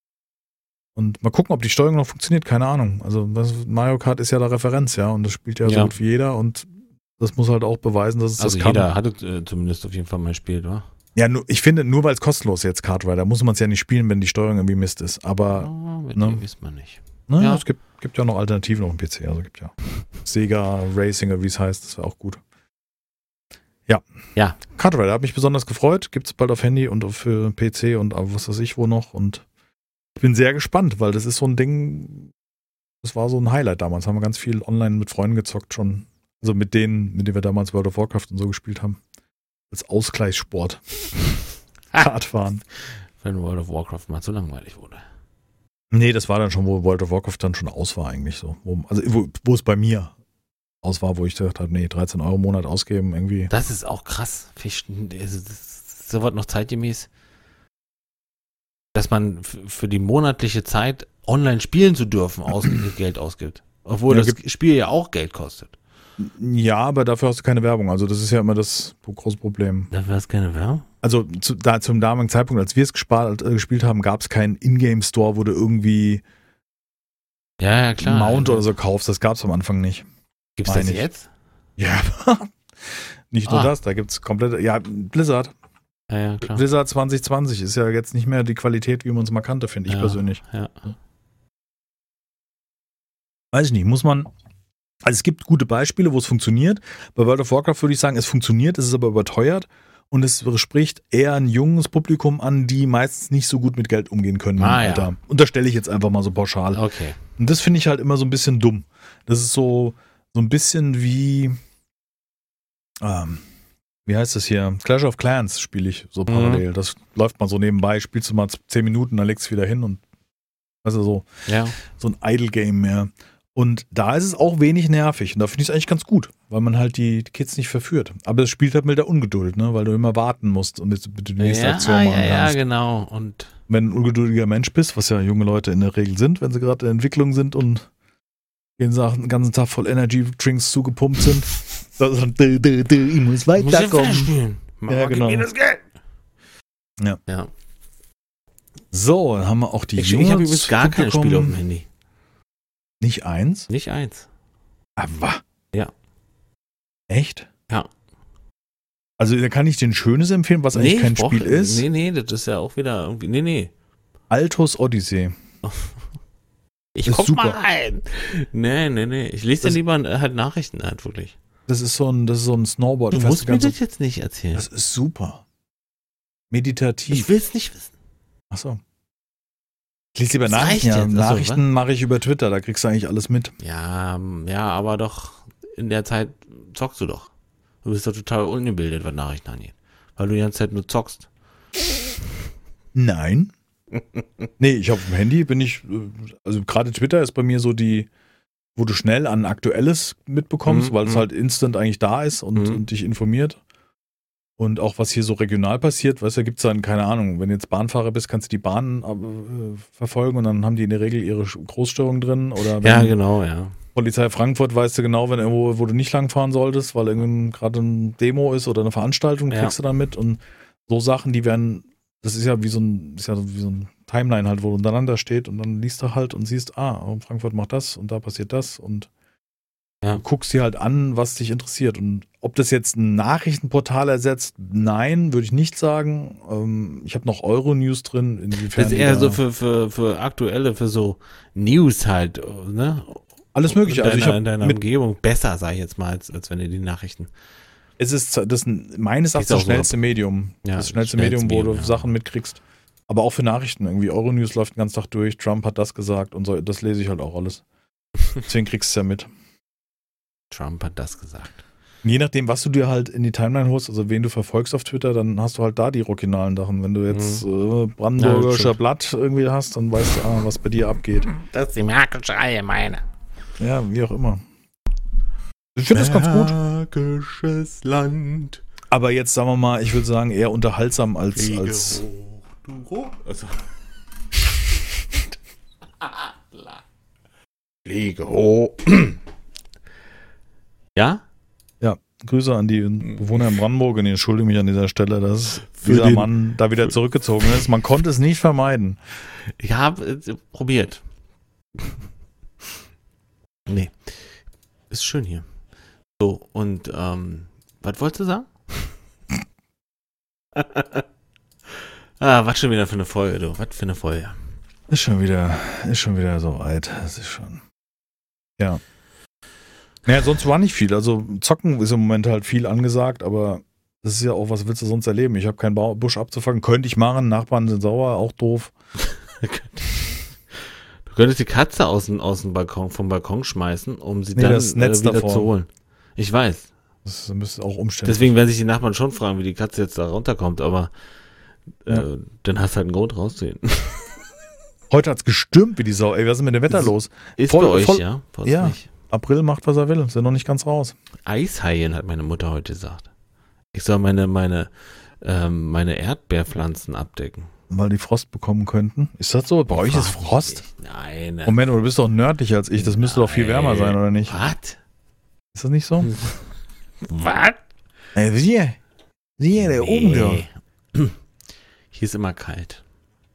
Und mal gucken, ob die Steuerung noch funktioniert, keine Ahnung. Also das, Mario Kart ist ja da Referenz, ja, und das spielt ja, Ja. so gut wie jeder und das muss halt auch beweisen, dass es also das kann. jeder hat es äh, zumindest auf jeden Fall mal gespielt, oder? Ja, nur, ich finde, nur weil es kostenlos jetzt Kart Rider, muss man es ja nicht spielen, wenn die Steuerung irgendwie Mist ist. Aber Oh, mit ne? dem wisst man nicht. naja, Ja. es gibt, gibt ja noch Alternativen auf dem P C. Also gibt ja Sega Racing, oder wie es heißt, das wäre auch gut. Ja. Ja. Kart Rider hat mich besonders gefreut. Gibt es bald auf Handy und auf äh, P C und auf was weiß ich wo noch. Und ich bin sehr gespannt, weil das ist so ein Ding, das war so ein Highlight damals. Haben wir ganz viel online mit Freunden gezockt schon. Also mit denen, mit denen wir damals World of Warcraft und so gespielt haben. Als Ausgleichssport. Kartfahren. Wenn World of Warcraft mal zu langweilig wurde. Nee, das war dann schon, wo World of Warcraft dann schon aus war eigentlich so. Wo, also wo, wo es bei mir aus war, wo ich dachte, nee, dreizehn Euro im Monat ausgeben, irgendwie. Das ist auch krass. Also das ist so was noch zeitgemäß. Dass man f- für die monatliche Zeit online spielen zu dürfen aus- Geld ausgibt. Obwohl Ja, das gibt- Spiel ja auch Geld kostet. Ja, aber dafür hast du keine Werbung. Also das ist ja immer das große Problem. Da wäre es keine Werbung. Also zu, da, zum damaligen Zeitpunkt, als wir es gespart, äh, gespielt haben, gab es keinen Ingame-Store, wo du irgendwie Ja, ja, klar. Mount oder so kaufst. Das gab es am Anfang nicht. Gibt's meine das ich. jetzt? Ja, nicht nur Ah. das, da gibt es komplett, ja, Blizzard. Ja, ja, klar. Blizzard zwanzig zwanzig ist ja jetzt nicht mehr die Qualität, wie man es mal kannte, finde ich ja, persönlich. Ja. Weiß ich nicht, muss man, also es gibt gute Beispiele, wo es funktioniert. Bei World of Warcraft würde ich sagen, es funktioniert, es ist aber überteuert und es spricht eher ein junges Publikum an, die meistens nicht so gut mit Geld umgehen können im Ah, ja. Alter. Unterstelle ich jetzt einfach mal so pauschal. Okay. Und das finde ich halt immer so ein bisschen dumm. Das ist so, so ein bisschen wie, ähm, wie heißt das hier? Clash of Clans spiele ich so parallel. Mhm. Das läuft mal so nebenbei, spielst du mal zehn Minuten, dann legst du wieder hin und also so, Ja. so ein Idle-Game mehr. Und da ist es auch wenig nervig. Und da finde ich es eigentlich ganz gut, weil man halt die Kids nicht verführt. Aber es spielt halt mit der Ungeduld, ne? Weil du immer warten musst und bis du die nächste Ja, Aktion machen ja, ja, kannst. genau. Und Wenn du ein ungeduldiger Mensch bist, was ja junge Leute in der Regel sind, wenn sie gerade in der Entwicklung sind und den Sachen den ganzen Tag voll Energy Drinks zugepumpt sind, dann so, dö, dö, dö, ich muss muss ich weiter weiterkommen. spielen. Mama, Ja, genau. gib mir das Geld. Ja. ja. So, dann haben wir auch die Ich, ich habe Jungs übrigens gar keine Publikum. Spiele auf dem Handy. Nicht eins? Nicht eins. Aber. Ja. Echt? Ja. Also da kann ich den Schönes empfehlen, was eigentlich Nee, kein ich brauch- Spiel ist. Nee, nee, das ist ja auch wieder irgendwie. Nee, nee. Altos Odyssey. Ich Ist guck super. mal rein. Nee, nee, nee. Ich lese Das- dann lieber äh, halt Nachrichten halt wirklich. Das ist so ein, das ist so ein Snowboard. Du fährst musst die mir ganze- das jetzt nicht erzählen. das ist super. Meditativ. Ich will es nicht wissen. Achso. Ich lese lieber Das reicht Nachrichten. Ja. jetzt. Achso, Nachrichten mache ich über Twitter, da kriegst du eigentlich alles mit. Ja, ähm, ja, aber doch in der Zeit zockst du doch. Du bist doch total ungebildet, was Nachrichten angeht. Weil du die ganze Zeit nur zockst. Nein. Nee, ich auf dem Handy bin ich, äh, also gerade Twitter ist bei mir so die, wo du schnell an Aktuelles mitbekommst, Mhm, weil es mhm. halt instant eigentlich da ist und, Mhm. und dich informiert. Und auch was hier so regional passiert, weißt du, gibt es dann, keine Ahnung, wenn du jetzt Bahnfahrer bist, kannst du die Bahn äh, verfolgen und dann haben die in der Regel ihre Sch- Großstörung drin. Oder wenn Ja, genau, ja. Polizei Frankfurt, weißt du genau, wenn irgendwo, wo du nicht langfahren solltest, weil irgendein gerade ein Demo ist oder eine Veranstaltung, Ja. kriegst du dann mit. Und so Sachen, die werden, das ist ja wie so ein, ist ja wie so ein Timeline halt, wo untereinander steht und dann liest du halt und siehst, ah, Frankfurt macht das und da passiert das und Ja. du guckst dir halt an, was dich interessiert. Und ob das jetzt ein Nachrichtenportal ersetzt, nein, würde ich nicht sagen. Ähm, ich habe noch Euronews drin. Inwiefern Das ist die eher da- so für, für, für aktuelle, für so News halt, ne? alles Mögliche. In Also ich deiner, habe in deiner mit, Umgebung besser, sage ich jetzt mal, als, als wenn du die Nachrichten. es ist das ist meines Erachtens auch das so schnellste Medium. Ja, das schnellste schnellste Medium, wo Medium, du ja. Sachen mitkriegst. Aber auch für Nachrichten. Irgendwie Euronews läuft den ganzen Tag durch. Trump hat das gesagt und so. Das lese ich halt auch alles. Deswegen kriegst du es ja mit. Trump hat das gesagt. Und je nachdem, was du dir halt in die Timeline holst, also wen du verfolgst auf Twitter, dann hast du halt da die originalen Sachen. Wenn du jetzt äh, Brandenburgischer stimmt. Blatt irgendwie hast, dann weißt du, ah, was bei dir abgeht. Das ist die Merkelsche Allgemeine. Ja, wie auch immer. Ich finde das ganz gut. Märkisches Land. Aber jetzt sagen wir mal, ich würde sagen, eher unterhaltsam als. Fliege als hoch, du hoch. Also. Fliege hoch. Ja? ja, Grüße an die Bewohner in Brandenburg und ich entschuldige mich an dieser Stelle, dass Für dieser den- Mann da wieder zurückgezogen ist. Man konnte es nicht vermeiden. Ich habe äh, probiert. Nee. Ist schön hier. So, und, ähm, was wolltest du sagen? ah, was schon wieder für eine Folge, du. Was für eine Folge. Ist schon wieder, ist schon wieder so weit. Das ist schon. Ja. Naja, sonst war nicht viel. Also Zocken ist im Moment halt viel angesagt, aber das ist ja auch, was willst du sonst erleben? Ich habe keinen Bau- Busch abzufangen. Könnte ich machen, Nachbarn sind sauer, auch doof. Du könntest die Katze aus dem, aus dem Balkon, vom Balkon schmeißen, um sie Nee, dann das Netz äh, wieder davor. zu holen. Ich weiß. Das müsste auch umständlich. Deswegen werden sich die Nachbarn schon fragen, wie die Katze jetzt da runterkommt, aber äh, Ja. dann hast du halt einen Grund rauszugehen. Heute hat's gestürmt wie die Sau. Ey, was ist mit dem Wetter Ist- los? Ist Voll- bei euch, voll- ja? Bei uns ja. nicht. April macht, was er will. Ist ja noch nicht ganz raus. Eishaien, hat meine Mutter heute gesagt. Ich soll meine, meine, ähm, meine Erdbeerpflanzen abdecken. Weil die Frost bekommen könnten. Ist das so? Bei euch ist Frost? Nein. Moment, du bist doch nördlicher als ich. Das müsste doch viel wärmer sein, oder nicht? Was? Ist das nicht so? Was? Ey, siehe. Siehe, der oben da. Hier ist immer kalt.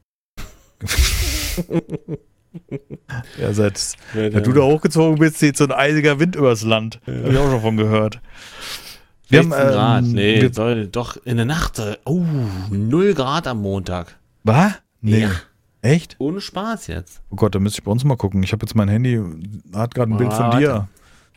Ja, seit, seit du da hochgezogen bist, zieht so ein eisiger Wind übers Land. Ja. Hab ich auch schon von gehört. Wir haben, ähm, Grad. Nee, wir, soll doch in der Nacht. Oh, null Grad am Montag. Was? Nee. Ja. Echt? Ohne Spaß jetzt. Oh Gott, da müsste ich bei uns mal gucken. Ich habe jetzt mein Handy, hat gerade ein Bild von dir.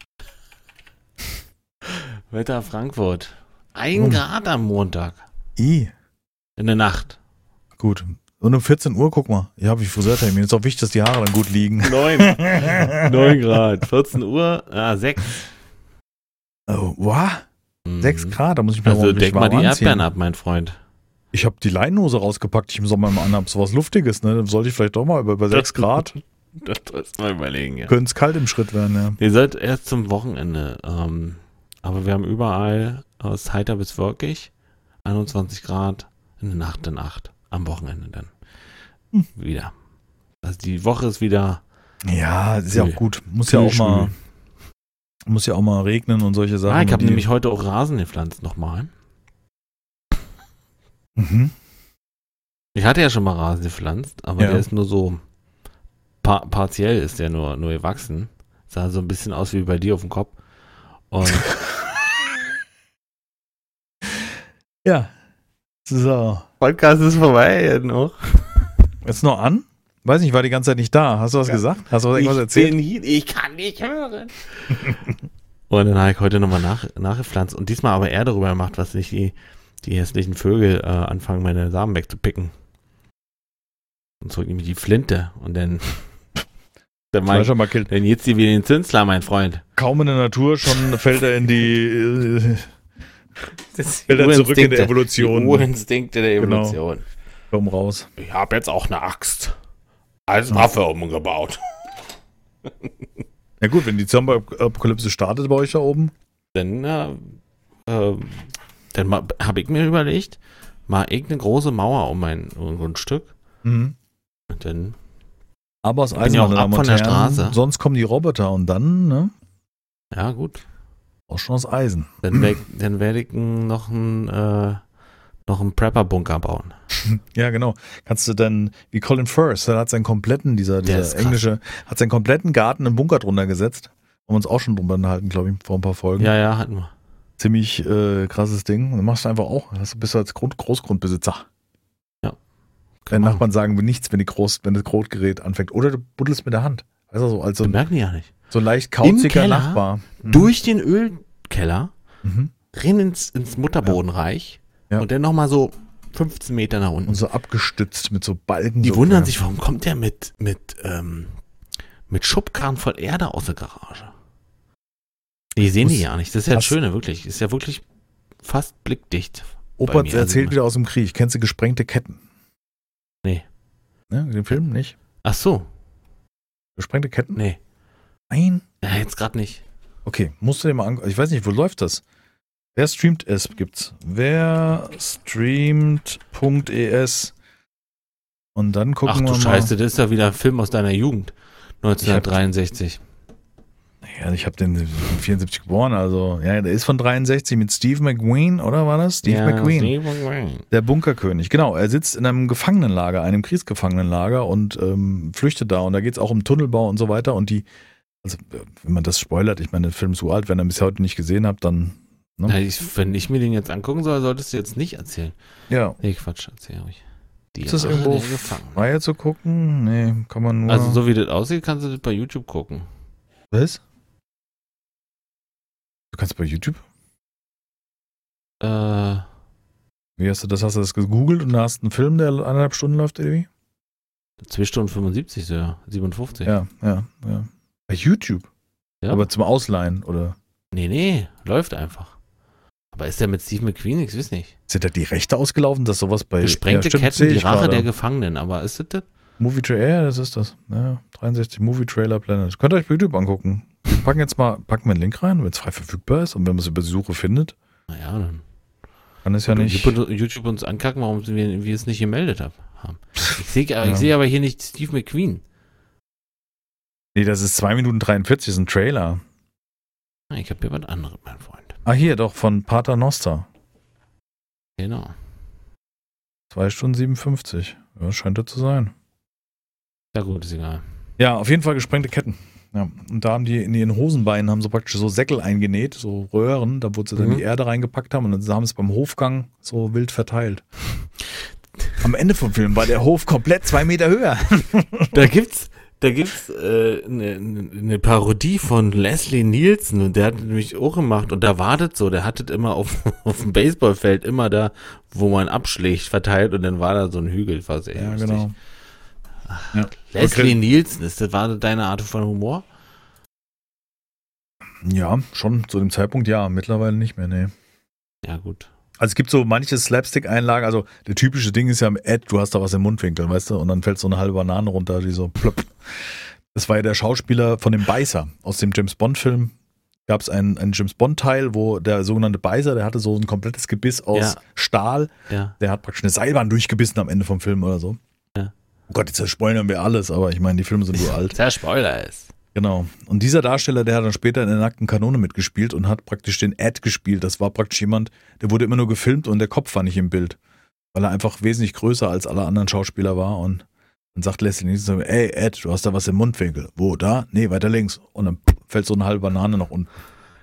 Wetter Frankfurt. Ein hm. Grad am Montag. I. In der Nacht. Gut. Und um vierzehn Uhr, guck mal, hier habe ich Friseurtermin. Ist auch wichtig, dass die Haare dann gut liegen. Neun. Neun Grad. vierzehn Uhr, ah, sechs. Oh, wow. Mhm. Sechs Grad, da muss ich mir also ordentlich deck mal die anziehen. Erdbeeren ab, mein Freund. Ich habe die Leinenhose rausgepackt, die ich im Sommer immer anhabe. So was Luftiges, ne? Dann sollte ich vielleicht doch mal über, über sechs Grad. Das sollst du mal überlegen, ja. Könnte es kalt im Schritt werden, ja. Ihr seid erst zum Wochenende. Ähm, aber wir haben überall aus heiter bis wolkig einundzwanzig Grad, in der Nacht dann acht. Am Wochenende dann. Hm. Wieder. Also die Woche ist wieder. Ja, ist ja auch gut. Muss ja auch mal. Muss ja auch mal regnen und solche Sachen. Ah, ich habe nämlich heute auch Rasen gepflanzt nochmal. Mhm. Ich hatte ja schon mal Rasen gepflanzt, aber ja. der ist nur so par- partiell ist der nur, nur gewachsen. Sah so ein bisschen aus wie bei dir auf dem Kopf. Und ja. So. Podcast ist vorbei jetzt noch. Ist noch an? Weiß nicht, war die ganze Zeit nicht da. Hast du was ja. gesagt? Hast du was irgendwas erzählt? Hier, ich kann nicht hören. Und dann habe ich heute nochmal nach, nachgepflanzt und diesmal aber er darüber gemacht, was nicht die, die hässlichen Vögel äh, anfangen, meine Samen wegzupicken. Und zurück nämlich die Flinte und dann dann, mein, schon mal dann jetzt die wie den Zünsler, mein Freund. Kaum in der Natur, schon fällt er in die äh, das fällt er zurück in der Evolution. Die Urinstinkte der Evolution. Genau. Komm raus. Ich habe jetzt auch eine Axt als Waffe umgebaut. Ja gut, wenn die Zombie-Apokalypse startet bei euch da oben. Dann, äh, äh, dann habe ich mir überlegt, mal irgendeine große Mauer um mein Grundstück. Mhm. Und dann. Aber aus Eisen, meine Damen und Herren, Straße. Sonst kommen die Roboter und dann, ne? Ja, gut. Auch schon aus Eisen. Dann, werd, dann werde ich noch ein äh, noch einen Prepper-Bunker bauen. Ja, genau. Kannst du dann, wie Colin Firth, der hat seinen kompletten, dieser, dieser englische, hat seinen kompletten Garten im Bunker drunter gesetzt. Haben wir uns auch schon drüber unterhalten, glaube ich, vor ein paar Folgen. Ja, ja, hatten wir. Ziemlich äh, krasses Ding. Und dann machst du einfach auch, hast du bist du als Grund, Großgrundbesitzer. Ja. Deine Nachbarn sagen wir nichts, wenn die Groß, wenn das Großgerät anfängt. Oder du buddelst mit der Hand. Also so, als so ein, merken die ja nicht. So ein leicht kauziger Keller, Nachbar. Mhm. Durch den Ölkeller, mhm. rein ins, ins Mutterbodenreich ja. Ja. und dann nochmal so fünfzehn Meter nach unten. Und so abgestützt mit so Balken. Die so wundern ja. sich, warum kommt der mit, mit, ähm, mit Schubkarren voll Erde aus der Garage? Die sehen die ja nicht. Das ist ja das Schöne, wirklich. Ist ja wirklich fast blickdicht. Opa erzählt also wieder aus dem Krieg. Kennst du Gesprengte Ketten? Nee. Ne, den Film nicht? Ach so. Gesprengte Ketten? Nee. Nein? Ja, jetzt gerade nicht. Okay, musst du dir mal angucken. Ich weiß nicht, wo läuft das? Wer streamt es? Gibt's. Wer streamt.es und dann gucken Ach, wir mal. Ach du Scheiße, das ist ja wieder ein Film aus deiner Jugend. neunzehnhundertdreiundsechzig. Ja, ich habe den vierundsiebzig geboren, also ja, der ist von dreiundsechzig mit Steve McQueen, oder war das? Steve ja, McQueen. Steve McQueen. Der Bunkerkönig, genau. Er sitzt in einem Gefangenenlager, einem Kriegsgefangenenlager und ähm, flüchtet da. Und da geht es auch um Tunnelbau und so weiter. Und die, also wenn man das spoilert, ich meine, der Film ist so alt, wenn ihr ihn bis heute nicht gesehen habt, dann. Ne? Ja, ich, wenn ich mir den jetzt angucken soll, solltest du jetzt nicht erzählen. Ja. Nee, Quatsch, erzähl ruhig. Die ist das irgendwo frei zu gucken? Nee, kann man nur. Also so wie das aussieht, kannst du das bei YouTube gucken. Was? Du kannst bei YouTube? Äh. Wie hast du das? Hast du das gegoogelt und hast einen Film, der eineinhalb Stunden läuft, oder wie? zwei Stunden fünfundsiebzig, so, ja. siebenundfünfzig. Ja, ja, ja. Bei YouTube? Ja. Aber zum Ausleihen, oder? Nee, nee, läuft einfach. Aber ist der mit Steve McQueen? Ich weiß nicht. Sind da die Rechte ausgelaufen, dass sowas bei... Gesprengte ja, stimmt, Ketten, die Rache gerade. der Gefangenen, aber ist das das? Movie Trailer, ja, das ist das. Ja, dreiundsechzig Movie Trailer Planet. Könnt ihr euch bei YouTube angucken. Wir packen jetzt mal, packen wir einen Link rein, wenn es frei verfügbar ist und wenn man es über die Suche findet. Naja, dann kann es ja nicht. YouTube uns ankacken, warum wir, wir es nicht gemeldet haben. Ich sehe ja. ich seh aber hier nicht Steve McQueen. Nee, das ist zwei Minuten dreiundvierzig, das ist ein Trailer. Ich habe hier was anderes, mein Freund. Ah, hier doch, von Pater Noster. Genau. zwei Stunden siebenundfünfzig. Ja, scheint das zu sein. Ja gut, ist egal. Ja, auf jeden Fall gesprengte Ketten. Ja, und da haben die in ihren Hosenbeinen haben so praktisch so Säckel eingenäht, so Röhren, da wo sie dann Mhm. die Erde reingepackt haben und dann haben sie es beim Hofgang so wild verteilt. Am Ende vom Film war der Hof komplett zwei Meter höher. Da gibt's, da gibt's äh, eine ne Parodie von Leslie Nielsen und der hat nämlich auch gemacht und da war das so, der hat das immer auf, auf dem Baseballfeld immer da, wo man abschlägt, verteilt und dann war da so ein Hügel, war sehr Ja, lustig. genau. Ja. Leslie Nielsen, ist das, war das deine Art von Humor? Ja, schon zu dem Zeitpunkt ja, mittlerweile nicht mehr, nee. Ja, gut. Also es gibt so manche Slapstick-Einlagen, also der typische Ding ist ja, Ed, du hast da was im Mundwinkel, weißt du, und dann fällt so eine halbe Banane runter, die so plopp. Das war ja der Schauspieler von dem Beißer aus dem James-Bond-Film. Gab es einen, einen James-Bond-Teil, wo der sogenannte Beißer, der hatte so ein komplettes Gebiss aus Ja. Stahl, Ja. der hat praktisch eine Seilbahn durchgebissen am Ende vom Film oder so. Ja. Oh Gott, jetzt spoilern wir alles, aber ich meine, die Filme sind so alt. Der Spoiler ist. Genau. Und dieser Darsteller, der hat dann später in der nackten Kanone mitgespielt und hat praktisch den Ed gespielt. Das war praktisch jemand, der wurde immer nur gefilmt und der Kopf war nicht im Bild. Weil er einfach wesentlich größer als alle anderen Schauspieler war. Und dann sagt Leslie Nielsen so, ey Ed, du hast da was im Mundwinkel. Wo, da? Nee, weiter links. Und dann fällt so eine halbe Banane noch unten.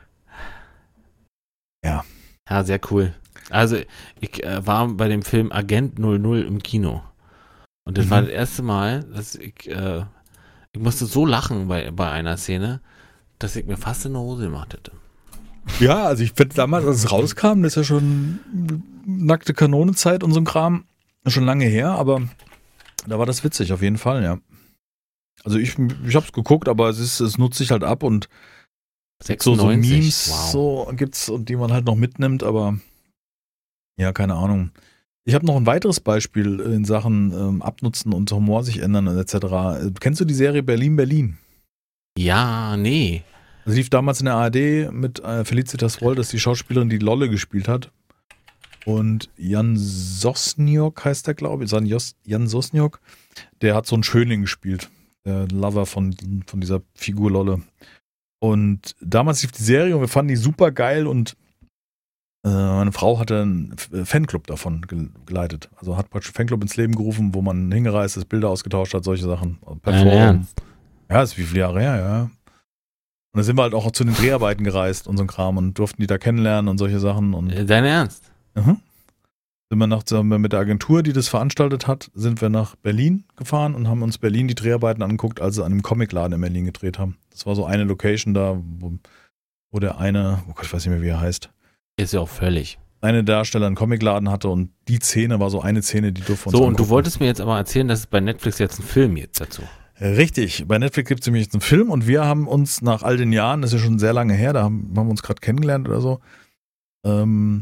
Ja. Ja, sehr cool. Also ich äh, war bei dem Film Agent null null im Kino. Und das Mhm. war das erste Mal, dass ich, äh, ich musste so lachen bei, bei einer Szene, dass ich mir fast in die Hose gemacht hätte. Ja, also ich finde damals, als es rauskam, das ist ja schon nackte Kanonenzeit und so ein Kram. Schon lange her, aber da war das witzig, auf jeden Fall, ja. Also ich, ich hab's geguckt, aber es ist, es nutzt sich halt ab und so, so sechsundneunzig, Memes wow. so gibt's und die man halt noch mitnimmt, aber ja, keine Ahnung. Ich habe noch ein weiteres Beispiel in Sachen ähm, Abnutzen und Humor sich ändern und et cetera. Kennst du die Serie Berlin Berlin? Ja, nee. Das lief damals in der A R D mit äh, Felicitas Woll, das ist die Schauspielerin, die Lolle gespielt hat. Und Jan Sosniok heißt der, glaube ich. Jan, Jan Sosniok, der hat so einen Schönling gespielt. Der Lover von, von dieser Figur Lolle. Und damals lief die Serie und wir fanden die super geil und äh, meine Frau hatte einen Fanclub davon geleitet. Also hat praktisch einen Fanclub ins Leben gerufen, wo man hingereist ist, Bilder ausgetauscht hat, solche Sachen. Per Dein Forum. Ernst? Ja, das ist wie viele Jahre her, ja. Und da sind wir halt auch zu den Dreharbeiten gereist und so ein Kram und durften die da kennenlernen und solche Sachen. Und Äh, Dein Ernst? mhm. sind wir nach, sind wir mit der Agentur, die das veranstaltet hat, sind wir nach Berlin gefahren und haben uns Berlin die Dreharbeiten angeguckt, als sie an einem Comicladen in Berlin gedreht haben. Das war so eine Location da, wo, wo der eine, oh Gott, ich weiß nicht mehr, wie er heißt, Ist ja auch völlig. eine Darsteller einen Comicladen hatte und die Szene war so eine Szene, die durfte uns So, und angucken. du wolltest mir jetzt aber erzählen, dass es bei Netflix jetzt einen Film jetzt dazu. Richtig, bei Netflix gibt es nämlich jetzt einen Film und wir haben uns nach all den Jahren, das ist ja schon sehr lange her, da haben, haben wir uns gerade kennengelernt oder so, ähm,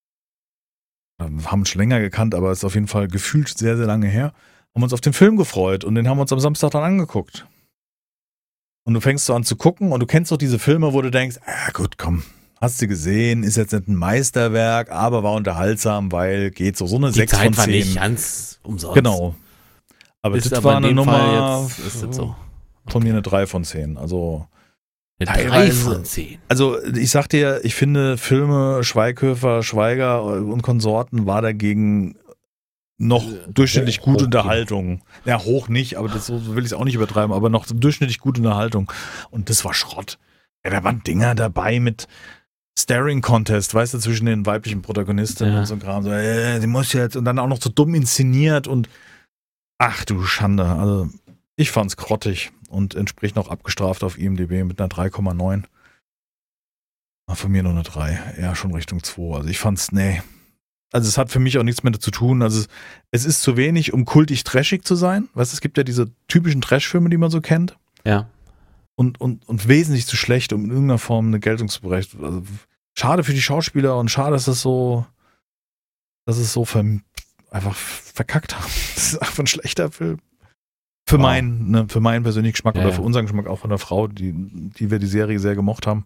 haben uns schon länger gekannt, aber es ist auf jeden Fall gefühlt sehr, sehr lange her, haben uns auf den Film gefreut und den haben wir uns am Samstag dann angeguckt. Und du fängst so an zu gucken und du kennst doch diese Filme, wo du denkst, ah gut, komm, hast du gesehen, ist jetzt nicht ein Meisterwerk, aber war unterhaltsam, weil geht so, so eine Die sechs Zeit von war zehn. nicht ganz umsonst. Genau. Aber Ist das aber war in eine dem Nummer Fall jetzt, ist das so. von mir eine drei von zehn. Also Eine drei teilweise- von zehn. Also ich sag dir, ich finde Filme Schweighöfer, Schweiger und Konsorten war dagegen noch Äh, durchschnittlich hoch- gute hoch, Unterhaltung. Ja, hoch nicht, aber das so will ich es auch nicht übertreiben, aber noch durchschnittlich gute Unterhaltung. Und das war Schrott. Ja, da waren Dinger dabei mit Staring Contest, weißt du, zwischen den weiblichen Protagonistinnen Ja. und so ein Kram. So, äh, die muss jetzt und dann auch noch so dumm inszeniert und ach du Schande. Also ich fand's grottig und entspricht noch abgestraft auf I M D B mit einer drei Komma neun. Von mir nur eine drei. Ja, schon Richtung zwei. Also ich fand's, nee. Also es hat für mich auch nichts mehr zu tun. Also es, es ist zu wenig, um kultig trashig zu sein. Weißt du, es gibt ja diese typischen Trash-Filme, die man so kennt. Ja. Und, und, und wesentlich zu schlecht, um in irgendeiner Form eine Geltung zu berechnen. Also schade für die Schauspieler und schade, dass es so, dass es so ver, einfach verkackt haben. Das ist einfach ein schlechter Film. Für, wow. mein, ne, für meinen persönlichen Geschmack Ja, oder ja. für unseren Geschmack auch von der Frau, die, die wir die Serie sehr gemocht haben.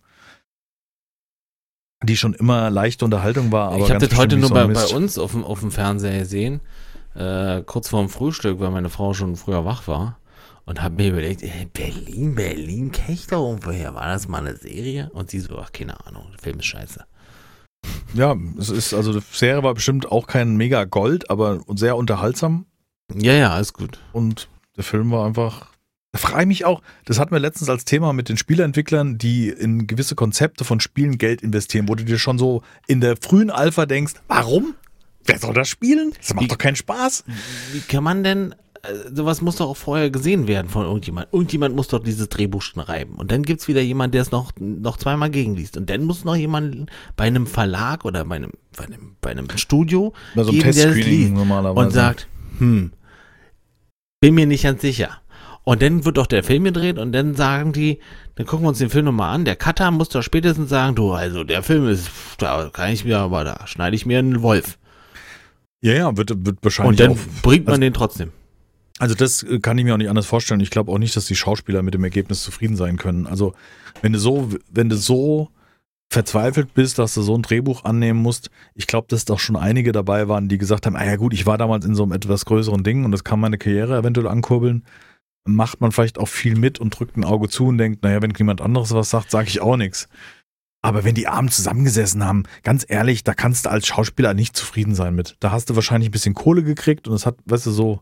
Die schon immer leichte Unterhaltung war. Aber ich habe ganz das heute bestimmt nur nicht bei, so ein bei Mist. uns auf dem, auf dem Fernseher gesehen, äh, kurz vorm Frühstück, weil meine Frau schon früher wach war. Und habe mir überlegt, ey, Berlin, Berlin, kenn ich doch irgendwoher. War das mal eine Serie? Und sie so, ach, keine Ahnung, der Film ist scheiße. Ja, es ist, also die Serie war bestimmt auch kein mega Gold, aber sehr unterhaltsam. Ja, ja, alles gut. Und der Film war einfach. Da frage ich mich auch, das hatten wir letztens als Thema mit den Spieleentwicklern, die in gewisse Konzepte von Spielen Geld investieren, wo du dir schon so in der frühen Alpha denkst, warum? Wer soll das spielen? Das macht Wie- doch keinen Spaß. Wie kann man denn, äh, sowas muss doch auch vorher gesehen werden von irgendjemand. Irgendjemand muss doch dieses Drehbuch schreiben. Und dann gibt's wieder jemand, der es noch, noch zweimal gegenliest. Und dann muss noch jemand bei einem Verlag oder bei einem, bei einem, bei einem Studio Bei so einem geben, der es Testscreening liest normalerweise. und sagt, hm, bin mir nicht ganz sicher. Und dann wird doch der Film gedreht und dann sagen die, dann gucken wir uns den Film nochmal an. Der Cutter muss doch spätestens sagen, du, also der Film ist, da kann ich mir, aber da schneide ich mir einen Wolf. Ja, ja, wird, wird Und wahrscheinlich dann auch. bringt man also- den trotzdem. Also das äh, kann ich mir auch nicht anders vorstellen. Ich glaube auch nicht, dass die Schauspieler mit dem Ergebnis zufrieden sein können. Also wenn du so, wenn du so verzweifelt bist, dass du so ein Drehbuch annehmen musst, ich glaube, dass doch schon einige dabei waren, die gesagt haben, ah ja gut, ich war damals in so einem etwas größeren Ding und das kann meine Karriere eventuell ankurbeln. Macht man vielleicht auch viel mit und drückt ein Auge zu und denkt, naja, wenn jemand anderes was sagt, sage ich auch nichts. Aber wenn die abends zusammengesessen haben, ganz ehrlich, da kannst du als Schauspieler nicht zufrieden sein mit. Da hast du wahrscheinlich ein bisschen Kohle gekriegt und es hat, weißt du, so.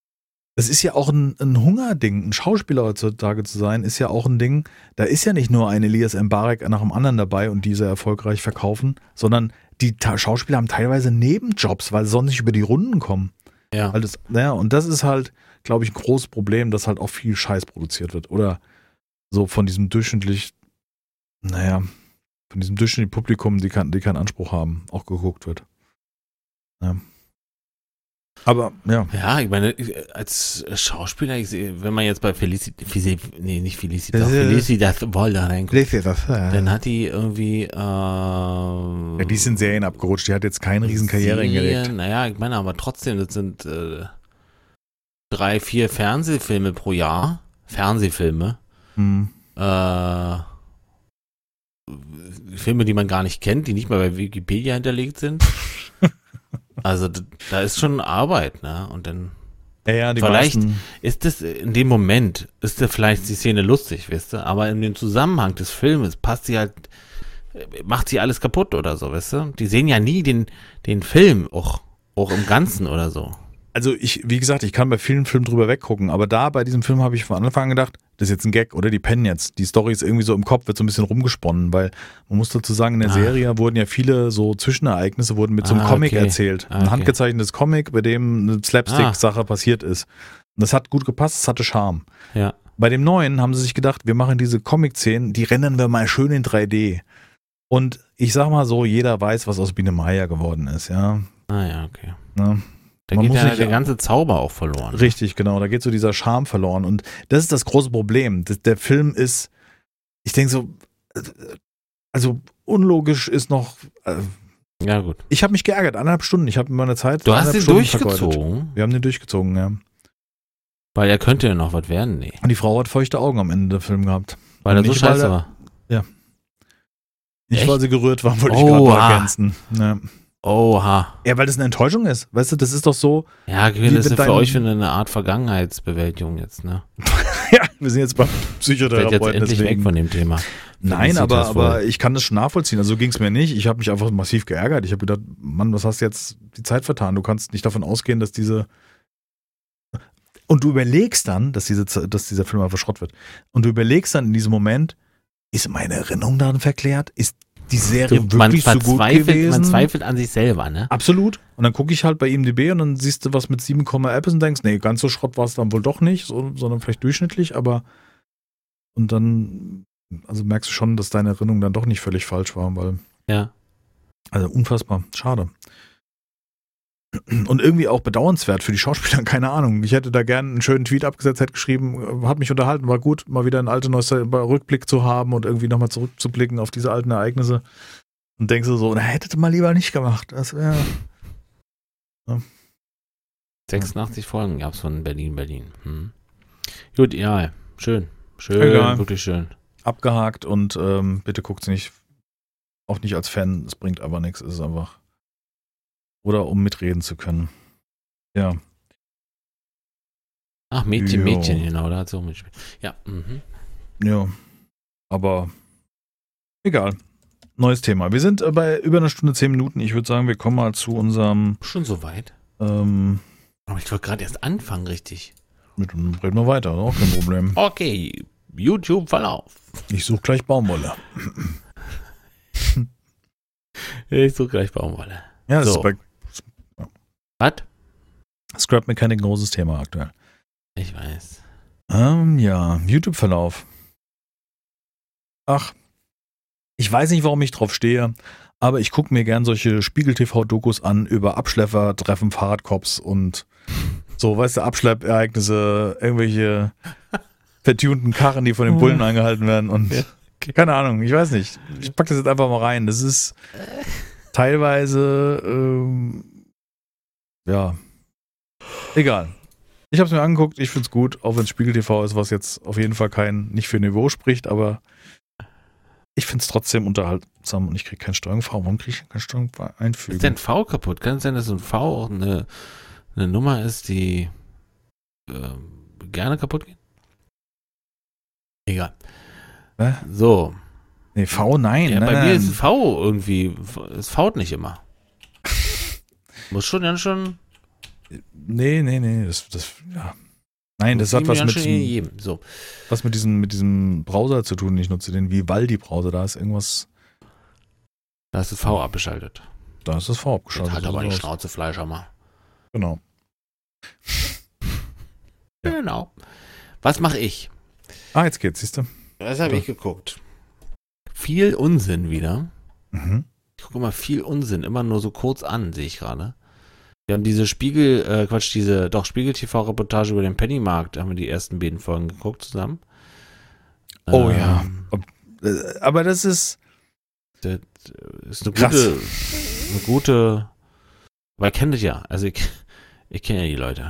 Es ist ja auch ein, ein Hungerding. Ein Schauspieler heutzutage zu sein, ist ja auch ein Ding. Da ist ja nicht nur ein Elias Mbarek nach dem anderen dabei und diese erfolgreich verkaufen, sondern die Ta- Schauspieler haben teilweise Nebenjobs, weil sie sonst nicht über die Runden kommen. Ja. Weil das, naja, und das ist halt, glaube ich, ein großes Problem, dass halt auch viel Scheiß produziert wird. Oder so von diesem durchschnittlich, naja, von diesem durchschnittlichen Publikum, die, kann, die keinen Anspruch haben, auch geguckt wird. Ja. Aber, ja. Ja, ich meine, ich- als Schauspieler, ich sehe, wenn man jetzt bei Felicity, Felici, nee, nicht Felicity, Das ist- Felicitas Waller reinguckt, Ja, dann hat die irgendwie, äh, die ist in Serien abgerutscht, die hat jetzt keine riesen Karriere hingelegt. Serien, naja, ich meine, aber trotzdem, das sind äh, drei, vier Fernsehfilme pro Jahr, Fernsehfilme, Hm. äh, Filme, die man gar nicht kennt, die nicht mal bei Wikipedia hinterlegt sind. Also d- da ist schon Arbeit, ne? Und dann Ja, ja, die Vielleicht- meisten, ist das in dem Moment, ist da vielleicht die Szene lustig, weißt du? Aber in dem Zusammenhang des Filmes passt sie halt, macht sie alles kaputt oder so, weißt du? Die sehen ja nie den, den Film auch, auch im Ganzen oder so. also ich, wie gesagt, ich kann bei vielen Filmen drüber weggucken, aber da bei diesem Film habe ich von Anfang an gedacht, das ist jetzt ein Gag oder die pennen jetzt. Die Story ist irgendwie so im Kopf, wird so ein bisschen rumgesponnen, weil man muss dazu sagen, in der Ah. Serie wurden ja viele so Zwischenereignisse wurden mit so einem Ah, Comic okay. erzählt. Ah, Ein okay. handgezeichnetes Comic, bei dem eine Slapstick-Sache passiert ist. Und das hat gut gepasst, es hatte Charme. Ja. Bei dem neuen haben sie sich gedacht, wir machen diese Comic-Szenen, die rennen wir mal schön in drei D. Und ich sag mal so, jeder weiß, was aus Biene Meier geworden ist, ja. Ah ja, okay. Ne? Da Man geht muss ja sich der ja- ganze Zauber auch verloren. Richtig, genau. Da geht so dieser Charme verloren. Und das ist das große Problem. Das, der Film ist, ich denke so, äh, also unlogisch ist noch, äh, Ja, gut. ich habe mich geärgert, eineinhalb Stunden. Ich habe meine Zeit Du hast eineinhalb den Stunden vergeudet. durchgezogen, Wir haben den durchgezogen, ja. weil er könnte ja noch was werden, nee. Und die Frau hat feuchte Augen am Ende der Film gehabt. Weil er so Nicht, weil scheiße er- war. Nicht, Echt? weil sie gerührt war, wollte ich gerade Oha. mal ergänzen. Ja. Oha. ja, weil das eine Enttäuschung ist. Weißt du, das ist doch so, Ja, Wie das ist mit ja für deinem- euch für eine Art Vergangenheitsbewältigung jetzt, ne? ja, wir sind jetzt beim Seid jetzt Psychotherapeuten. endlich weg Deswegen. von dem Thema. Nein, aber, Felicitas aber Woll. ich kann das schon nachvollziehen. Also so ging es mir nicht. Ich habe mich einfach massiv geärgert. Ich habe gedacht, Mann, was hast du jetzt die Zeit vertan? Du kannst nicht davon ausgehen, dass diese. Und du überlegst dann, dass, diese, dass dieser Film einfach Schrott wird. Und du überlegst dann in diesem Moment, ist meine Erinnerung daran verklärt? Ist die Serie Du, man, wirklich so gut verzweifelt, gewesen? man zweifelt an sich selber, ne? Absolut. Und dann gucke ich halt bei I M D B und dann siehst du was mit sieben Komma etwas und denkst, nee, ganz so Schrott war es dann wohl doch nicht, so, sondern vielleicht durchschnittlich, aber und dann, also merkst du schon, dass deine Erinnerung dann doch nicht völlig falsch war, weil, Ja. also unfassbar, schade. Und irgendwie auch bedauernswert für die Schauspieler, keine Ahnung. Ich hätte da gerne einen schönen Tweet abgesetzt, hätte geschrieben, hat mich unterhalten, war gut, mal wieder einen alten Rückblick zu haben und irgendwie nochmal zurückzublicken auf diese alten Ereignisse. Und denkst du so, na, hättet ihr mal lieber nicht gemacht. Das wäre. sechsundachtzig Folgen gab es von Berlin, Berlin. Hm. Gut, ja, schön. Schön, Egal. wirklich schön. Abgehakt und ähm, bitte guckt sie nicht, auch nicht als Fan, es bringt aber nichts, es ist einfach. Oder um mitreden zu können. Ja. Ach, Mädchen, Jo. Mädchen, genau, da hat sie auch mitgespielt. Ja, mhm. Ja. Aber egal. Neues Thema. Wir sind äh, bei über einer Stunde, zehn Minuten. Ich würde sagen, wir kommen mal zu unserem. Schon so weit. Ähm, Aber ich wollte gerade erst anfangen, richtig. mit, reden wir weiter, auch kein Problem. Okay, YouTube-Verlauf. Ich suche gleich Baumwolle. Ich suche gleich Baumwolle. Ja, das So. ist bei Was? Scrap Mechanic ein großes Thema aktuell. Ich weiß. Ähm, ja, YouTube-Verlauf. Ach, ich weiß nicht, warum ich drauf stehe, aber ich gucke mir gern solche Spiegel-T V-Dokus an über Abschlepper, Treffen Fahrradcops und so, weißt du, Abschleppereignisse, irgendwelche vertunten Karren, die von den Bullen angehalten werden und Ja, okay. keine Ahnung, ich weiß nicht. Ich pack das jetzt einfach mal rein. Das ist teilweise, ähm, ja, egal. Ich habe es mir angeguckt, ich finde es gut, auch wenn es Spiegel-T V ist, was jetzt auf jeden Fall kein, nicht für Niveau spricht, aber ich finde es trotzdem unterhaltsam und ich kriege keine Steuerung. Warum kriege ich keine Steuerung einfügen? Ist dein V kaputt? Kann es sein, dass so ein V auch eine, eine Nummer ist, die ähm, gerne kaputt geht? Egal. Hä? So. Nee, V, nein. Ja, nein, bei nein. mir ist V irgendwie, es V nicht immer. Muss schon ganz schon. Nee, nee, nee. Das, das, ja. Nein, das muss hat was irgendwie mit, ganz schön diesem, jedem. So. was mit, diesem, mit diesem Browser zu tun. Ich nutze den Vivaldi-Browser. Da ist irgendwas, Da ist das V abgeschaltet. da ist das V abgeschaltet. Jetzt halt so aber die sieht's aus. Schnauze Fleisch mal. Genau. Ja. Genau. Was mache ich? Ah, jetzt geht's, siehst du? Das habe Ja. ich geguckt. Viel Unsinn wieder. Mhm. Ich gucke mal viel Unsinn, immer nur so kurz an, sehe ich gerade. Wir haben diese Spiegel, äh, Quatsch, diese, doch, Spiegel-T V-Reportage über den Pennymarkt, haben wir die ersten beiden Folgen geguckt zusammen. Oh Ähm, ja. Äh, Aber das ist, Das ist eine Krass. gute, eine gute, weil ihr kennt es ja, also ich, ich kenne ja die Leute.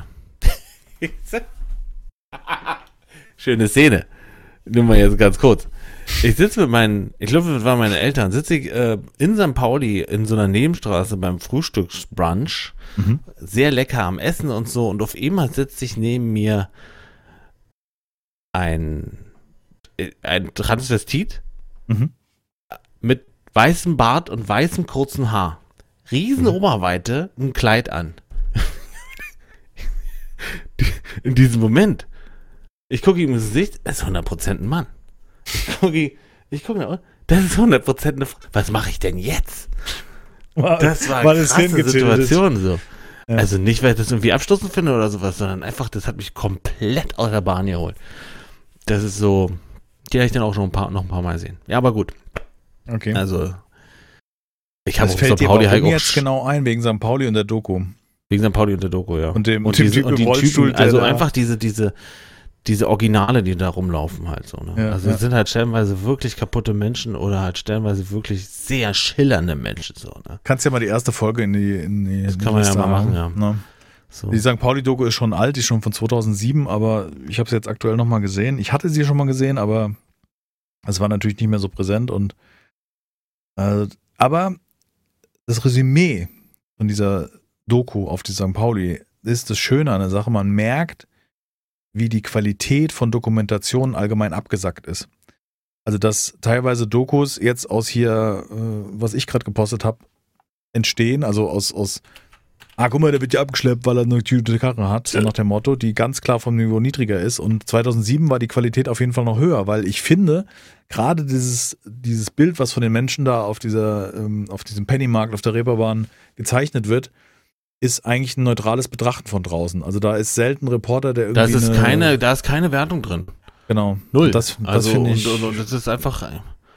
Schöne Szene. Nur mal jetzt ganz kurz. Ich sitze mit meinen, ich glaube, das waren meine Eltern, sitze ich äh, in Sankt Pauli in so einer Nebenstraße beim Frühstücksbrunch, mhm. sehr lecker am Essen und so, und auf einmal sitzt sich neben mir ein, ein Transvestit Mhm. mit weißem Bart und weißem kurzen Haar. Riesen Mhm. Oberweite, ein Kleid an. In diesem Moment. Ich gucke ihm ins Gesicht, das ist hundert Prozent ein Mann. Ich gucke ihm, ich gucke mir, das ist hundert Prozent eine Frau. Was mache ich denn jetzt? War, Das war war eine das krasse hingetildet. Situation so. Ja. Also nicht, weil ich das irgendwie abstoßend finde oder sowas, sondern einfach, das hat mich komplett aus der Bahn geholt. Das ist so, die habe ich dann auch schon ein paar, noch ein paar Mal gesehen. Ja, aber gut. Okay. Also, ich habe Das auf fällt Sankt dir Pauli warum halt auch jetzt genau ein, wegen Sankt Pauli und der Doku. wegen Sankt Pauli und der Doku, ja. Und dem, Und, dem diese, Typ und im die Rollstuhl, Typen, also der da- einfach diese, diese, diese Originale, die da rumlaufen halt so, ne? Ja, also ja. es sind halt stellenweise wirklich kaputte Menschen oder halt stellenweise wirklich sehr schillernde Menschen so, ne? Kannst ja mal die erste Folge in die, in die Das in die kann man ja Liste mal machen, haben, ja. ne? So. Die Sankt Pauli-Doku ist schon alt, die ist schon von zweitausendsieben, aber ich habe sie jetzt aktuell nochmal gesehen. Ich hatte sie schon mal gesehen, aber es war natürlich nicht mehr so präsent. Und äh, aber das Resümee von dieser Doku auf die Sankt Pauli ist das Schöne an der Sache. Man merkt, wie die Qualität von Dokumentationen allgemein abgesackt ist. Also dass teilweise Dokus jetzt aus hier, äh, was ich gerade gepostet habe, entstehen, also aus, aus ah, guck mal, der wird ja abgeschleppt, weil er eine gute Karre hat, so nach dem Motto, die ganz klar vom Niveau niedriger ist. Und zweitausendsieben war die Qualität auf jeden Fall noch höher, weil ich finde, gerade dieses, dieses Bild, was von den Menschen da auf dieser, ähm, auf diesem Pennymarkt, auf der Reeperbahn gezeichnet wird, ist eigentlich ein neutrales Betrachten von draußen. Also da ist selten ein Reporter, der irgendwie Das ist eine, keine, da ist keine Wertung drin. genau. Null. Und Das, das also, finde ich, und, und, und das ist einfach,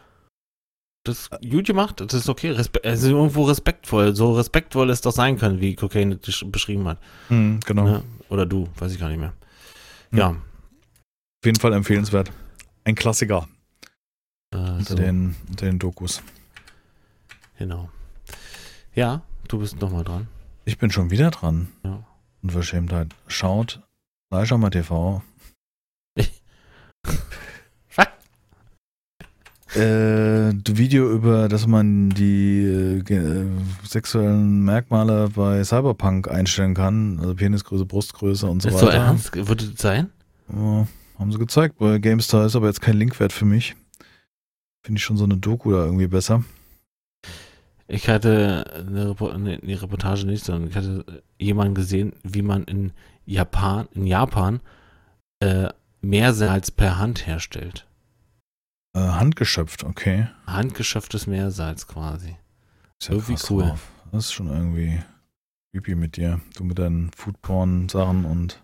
das ist gut gemacht, das ist okay, Respe also irgendwo respektvoll, so respektvoll es doch sein kann, wie Cocaine das beschrieben hat. hm, genau. Ne? Oder du, weiß ich gar nicht mehr. Hm. Ja. Auf jeden Fall empfehlenswert. Ein Klassiker Äh, unter so, den, unter den Dokus. genau. Ja, du bist nochmal dran. Ich bin schon wieder dran. Ja. Unverschämtheit. Schaut Fleischhammer T V. Äh, Video über, dass man die äh, sexuellen Merkmale bei Cyberpunk einstellen kann, also Penisgröße, Brustgröße und so ist weiter. So ernst? Würde das sein? Ja, haben sie gezeigt bei GameStar, ist aber jetzt kein Linkwert für mich. Finde ich schon so eine Doku da irgendwie besser. Ich hatte eine, Repo- eine, eine Reportage nicht, sondern ich hatte jemanden gesehen, wie man in Japan, in Japan äh, Meersalz per Hand herstellt. Äh, handgeschöpft, okay. Handgeschöpftes Meersalz quasi. Ist ja Irgendwie krass cool. drauf. Das ist schon irgendwie creepy mit dir. Du mit deinen Foodporn-Sachen und.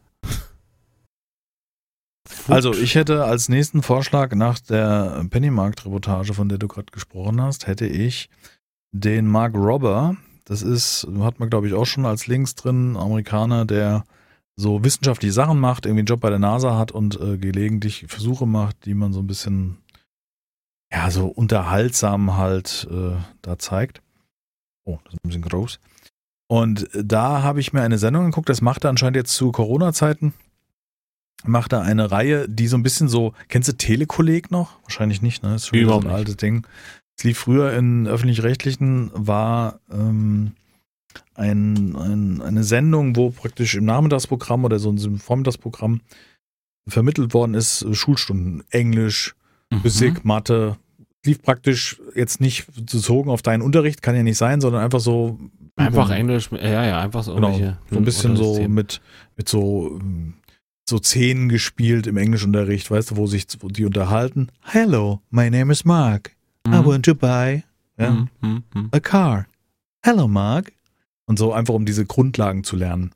Also, ich hätte als nächsten Vorschlag nach der Pennymarkt-Reportage, von der du gerade gesprochen hast, hätte ich den Mark Robber. Das ist, hat man glaube ich auch schon als Links drin, Amerikaner, der so wissenschaftliche Sachen macht, irgendwie einen Job bei der NASA hat und äh, gelegentlich Versuche macht, die man so ein bisschen, ja, so unterhaltsam halt äh, da zeigt. Oh, das ist ein bisschen groß. Und da habe ich mir eine Sendung geguckt, das macht er anscheinend jetzt zu Corona-Zeiten, macht er eine Reihe, die so ein bisschen so, kennst du Telekolleg noch? Wahrscheinlich nicht, ne? Das ist schon wieder so ein altes Ding. Es lief früher in Öffentlich-Rechtlichen, war ähm, ein, ein, eine Sendung, wo praktisch im Nachmittagsprogramm oder so ein Vormittagsprogramm vermittelt worden ist, Schulstunden, Englisch, Mhm. Physik, Mathe. Lief praktisch jetzt nicht bezogen auf deinen Unterricht, kann ja nicht sein, sondern einfach so. Einfach Englisch, ja, ja, einfach so Genau, irgendwelche, so ein bisschen so Unterrichtsthemen. mit, mit so, so Szenen gespielt im Englischunterricht, weißt du, wo sich wo die unterhalten. Hello, my name is Mark. I Mhm. want to buy ja, Mhm, mhm, mhm. a car. Hello, Mark. Und so einfach, um diese Grundlagen zu lernen.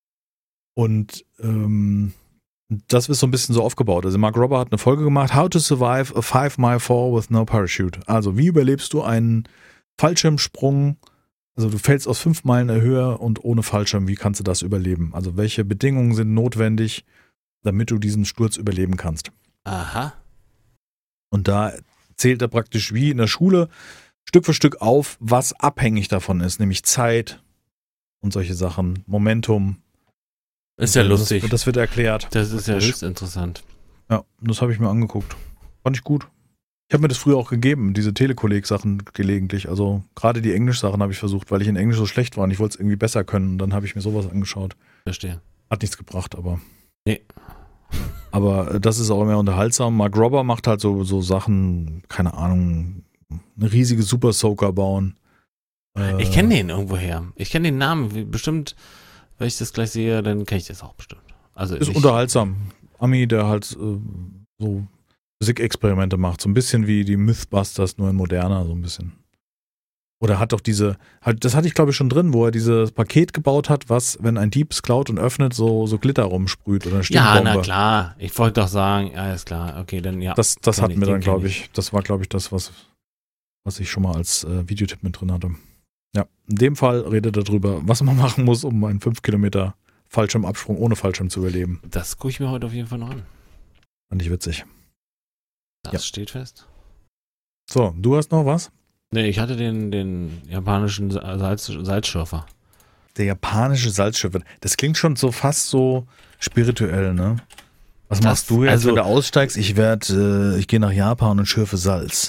Und ähm, das ist so ein bisschen so aufgebaut. Also Mark Robber hat eine Folge gemacht, How to survive a five mile fall with no parachute. Also wie überlebst du einen Fallschirmsprung? Also du fällst aus fünf Meilen Höhe und ohne Fallschirm, wie kannst du das überleben? Also welche Bedingungen sind notwendig, damit du diesen Sturz überleben kannst? Aha. Und da zählt er praktisch wie in der Schule Stück für Stück auf, was abhängig davon ist, nämlich Zeit und solche Sachen, Momentum. Ist ja das, lustig. Das, das wird erklärt. Das ist ja höchst interessant. Ja, das habe ich mir angeguckt. Fand ich gut. Ich habe mir das früher auch gegeben, diese Telekolleg-Sachen gelegentlich. Also gerade die Englisch-Sachen habe ich versucht, weil ich in Englisch so schlecht war und ich wollte es irgendwie besser können. Und dann habe ich mir sowas angeschaut. Verstehe. Hat nichts gebracht, aber. Nee. Aber das ist auch mehr unterhaltsam. Mark Robber macht halt so, so Sachen, keine Ahnung, eine riesige Super Soaker bauen. Äh, Ich kenne den irgendwoher. Ich kenne den Namen. Wie- Bestimmt, wenn ich das gleich sehe, dann kenne ich das auch bestimmt. Also Ist ich, unterhaltsam. Ami, der halt äh, so Physikexperimente macht. So ein bisschen wie die Mythbusters, nur in moderner, so ein bisschen. Oder hat doch diese, halt, das hatte ich glaube ich schon drin, wo er dieses Paket gebaut hat, was, wenn ein Dieb es klaut und öffnet, so, so Glitter rumsprüht oder eine Ja, Stimmbombe. na klar. Ich wollte doch sagen, alles klar. Okay, dann ja. Das, das Kenn hatten ich, wir den dann, kenn glaube ich, das war, glaube ich, das, was, was ich schon mal als äh, Videotipp mit drin hatte. Ja, in dem Fall redet er darüber, was man machen muss, um einen fünf Kilometer Fallschirmabsprung ohne Fallschirm zu überleben. Das gucke ich mir heute auf jeden Fall noch an. Fand ich witzig. Das Ja. steht fest. So, du hast noch was? Nee, ich hatte den, den japanischen Salz, Salzschürfer. Der japanische Salzschiffer. Das klingt schon so fast so spirituell, ne? Was Das- machst du jetzt, also- wenn du aussteigst? Ich werde, äh, ich gehe nach Japan und schürfe Salz.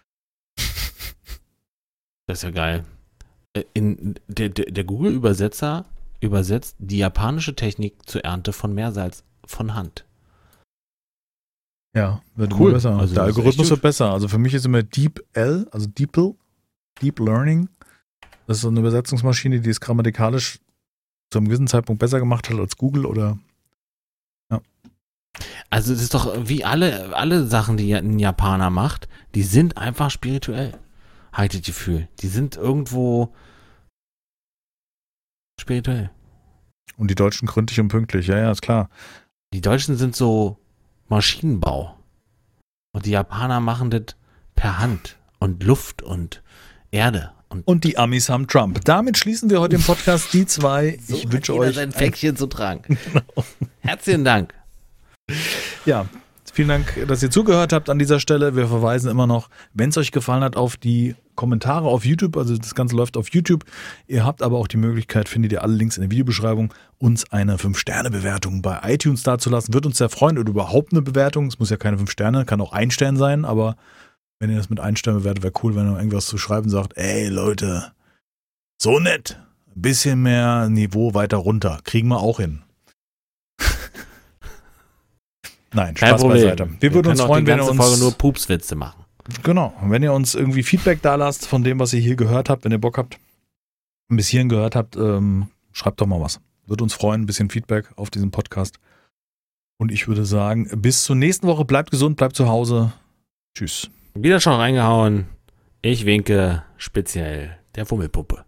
Das ist ja geil. Äh, In, der der, der Google-Übersetzer übersetzt die japanische Technik zur Ernte von Meersalz von Hand. Ja, wird Cool. immer besser. Also Der das ist Algorithmus echt wird besser. Also für mich ist immer DeepL, also DeepL, Deep Learning. Das ist so eine Übersetzungsmaschine, die es grammatikalisch zu einem gewissen Zeitpunkt besser gemacht hat als Google oder. Also es ist doch wie alle, alle Sachen, die ein Japaner macht, die sind einfach spirituell. Habe ich das Gefühl. Die sind irgendwo spirituell. Und die Deutschen gründlich und pünktlich. Ja, ja, ist klar. Die Deutschen sind so Maschinenbau. Und die Japaner machen das per Hand und Luft und Erde. Und Und die Amis haben Trump. Damit schließen wir heute im Podcast die zwei. so Ich hat wünsche jeder euch. sein Päckchen zu tragen. Herzlichen Dank. Ja, vielen Dank, dass ihr zugehört habt an dieser Stelle. Wir verweisen immer noch, wenn es euch gefallen hat, auf die Kommentare auf YouTube. Also das Ganze läuft auf YouTube. Ihr habt aber auch die Möglichkeit, findet ihr alle Links in der Videobeschreibung, uns eine fünf Sterne Bewertung bei iTunes dazulassen. Würde uns sehr freuen oder überhaupt eine Bewertung. Es muss ja keine fünf Sterne, kann auch ein Stern sein, aber Wenn ihr das mit Einstellen bewertet, wäre cool, wenn ihr irgendwas zu schreiben sagt, ey Leute, so nett, ein bisschen mehr Niveau weiter runter, kriegen wir auch hin. Nein, Kein Spaß Problem. beiseite. Wir, wir würden uns freuen, wenn ihr uns Folge nur Pupswitze machen. Genau, wenn ihr uns irgendwie Feedback da lasst von dem, was ihr hier gehört habt, wenn ihr Bock habt, bis hierhin gehört habt, ähm, schreibt doch mal was. Würde uns freuen, ein bisschen Feedback auf diesen Podcast. Und ich würde sagen, bis zur nächsten Woche, bleibt gesund, bleibt zu Hause. Tschüss. Wieder schon reingehauen. Ich winke speziell der Fummelpuppe.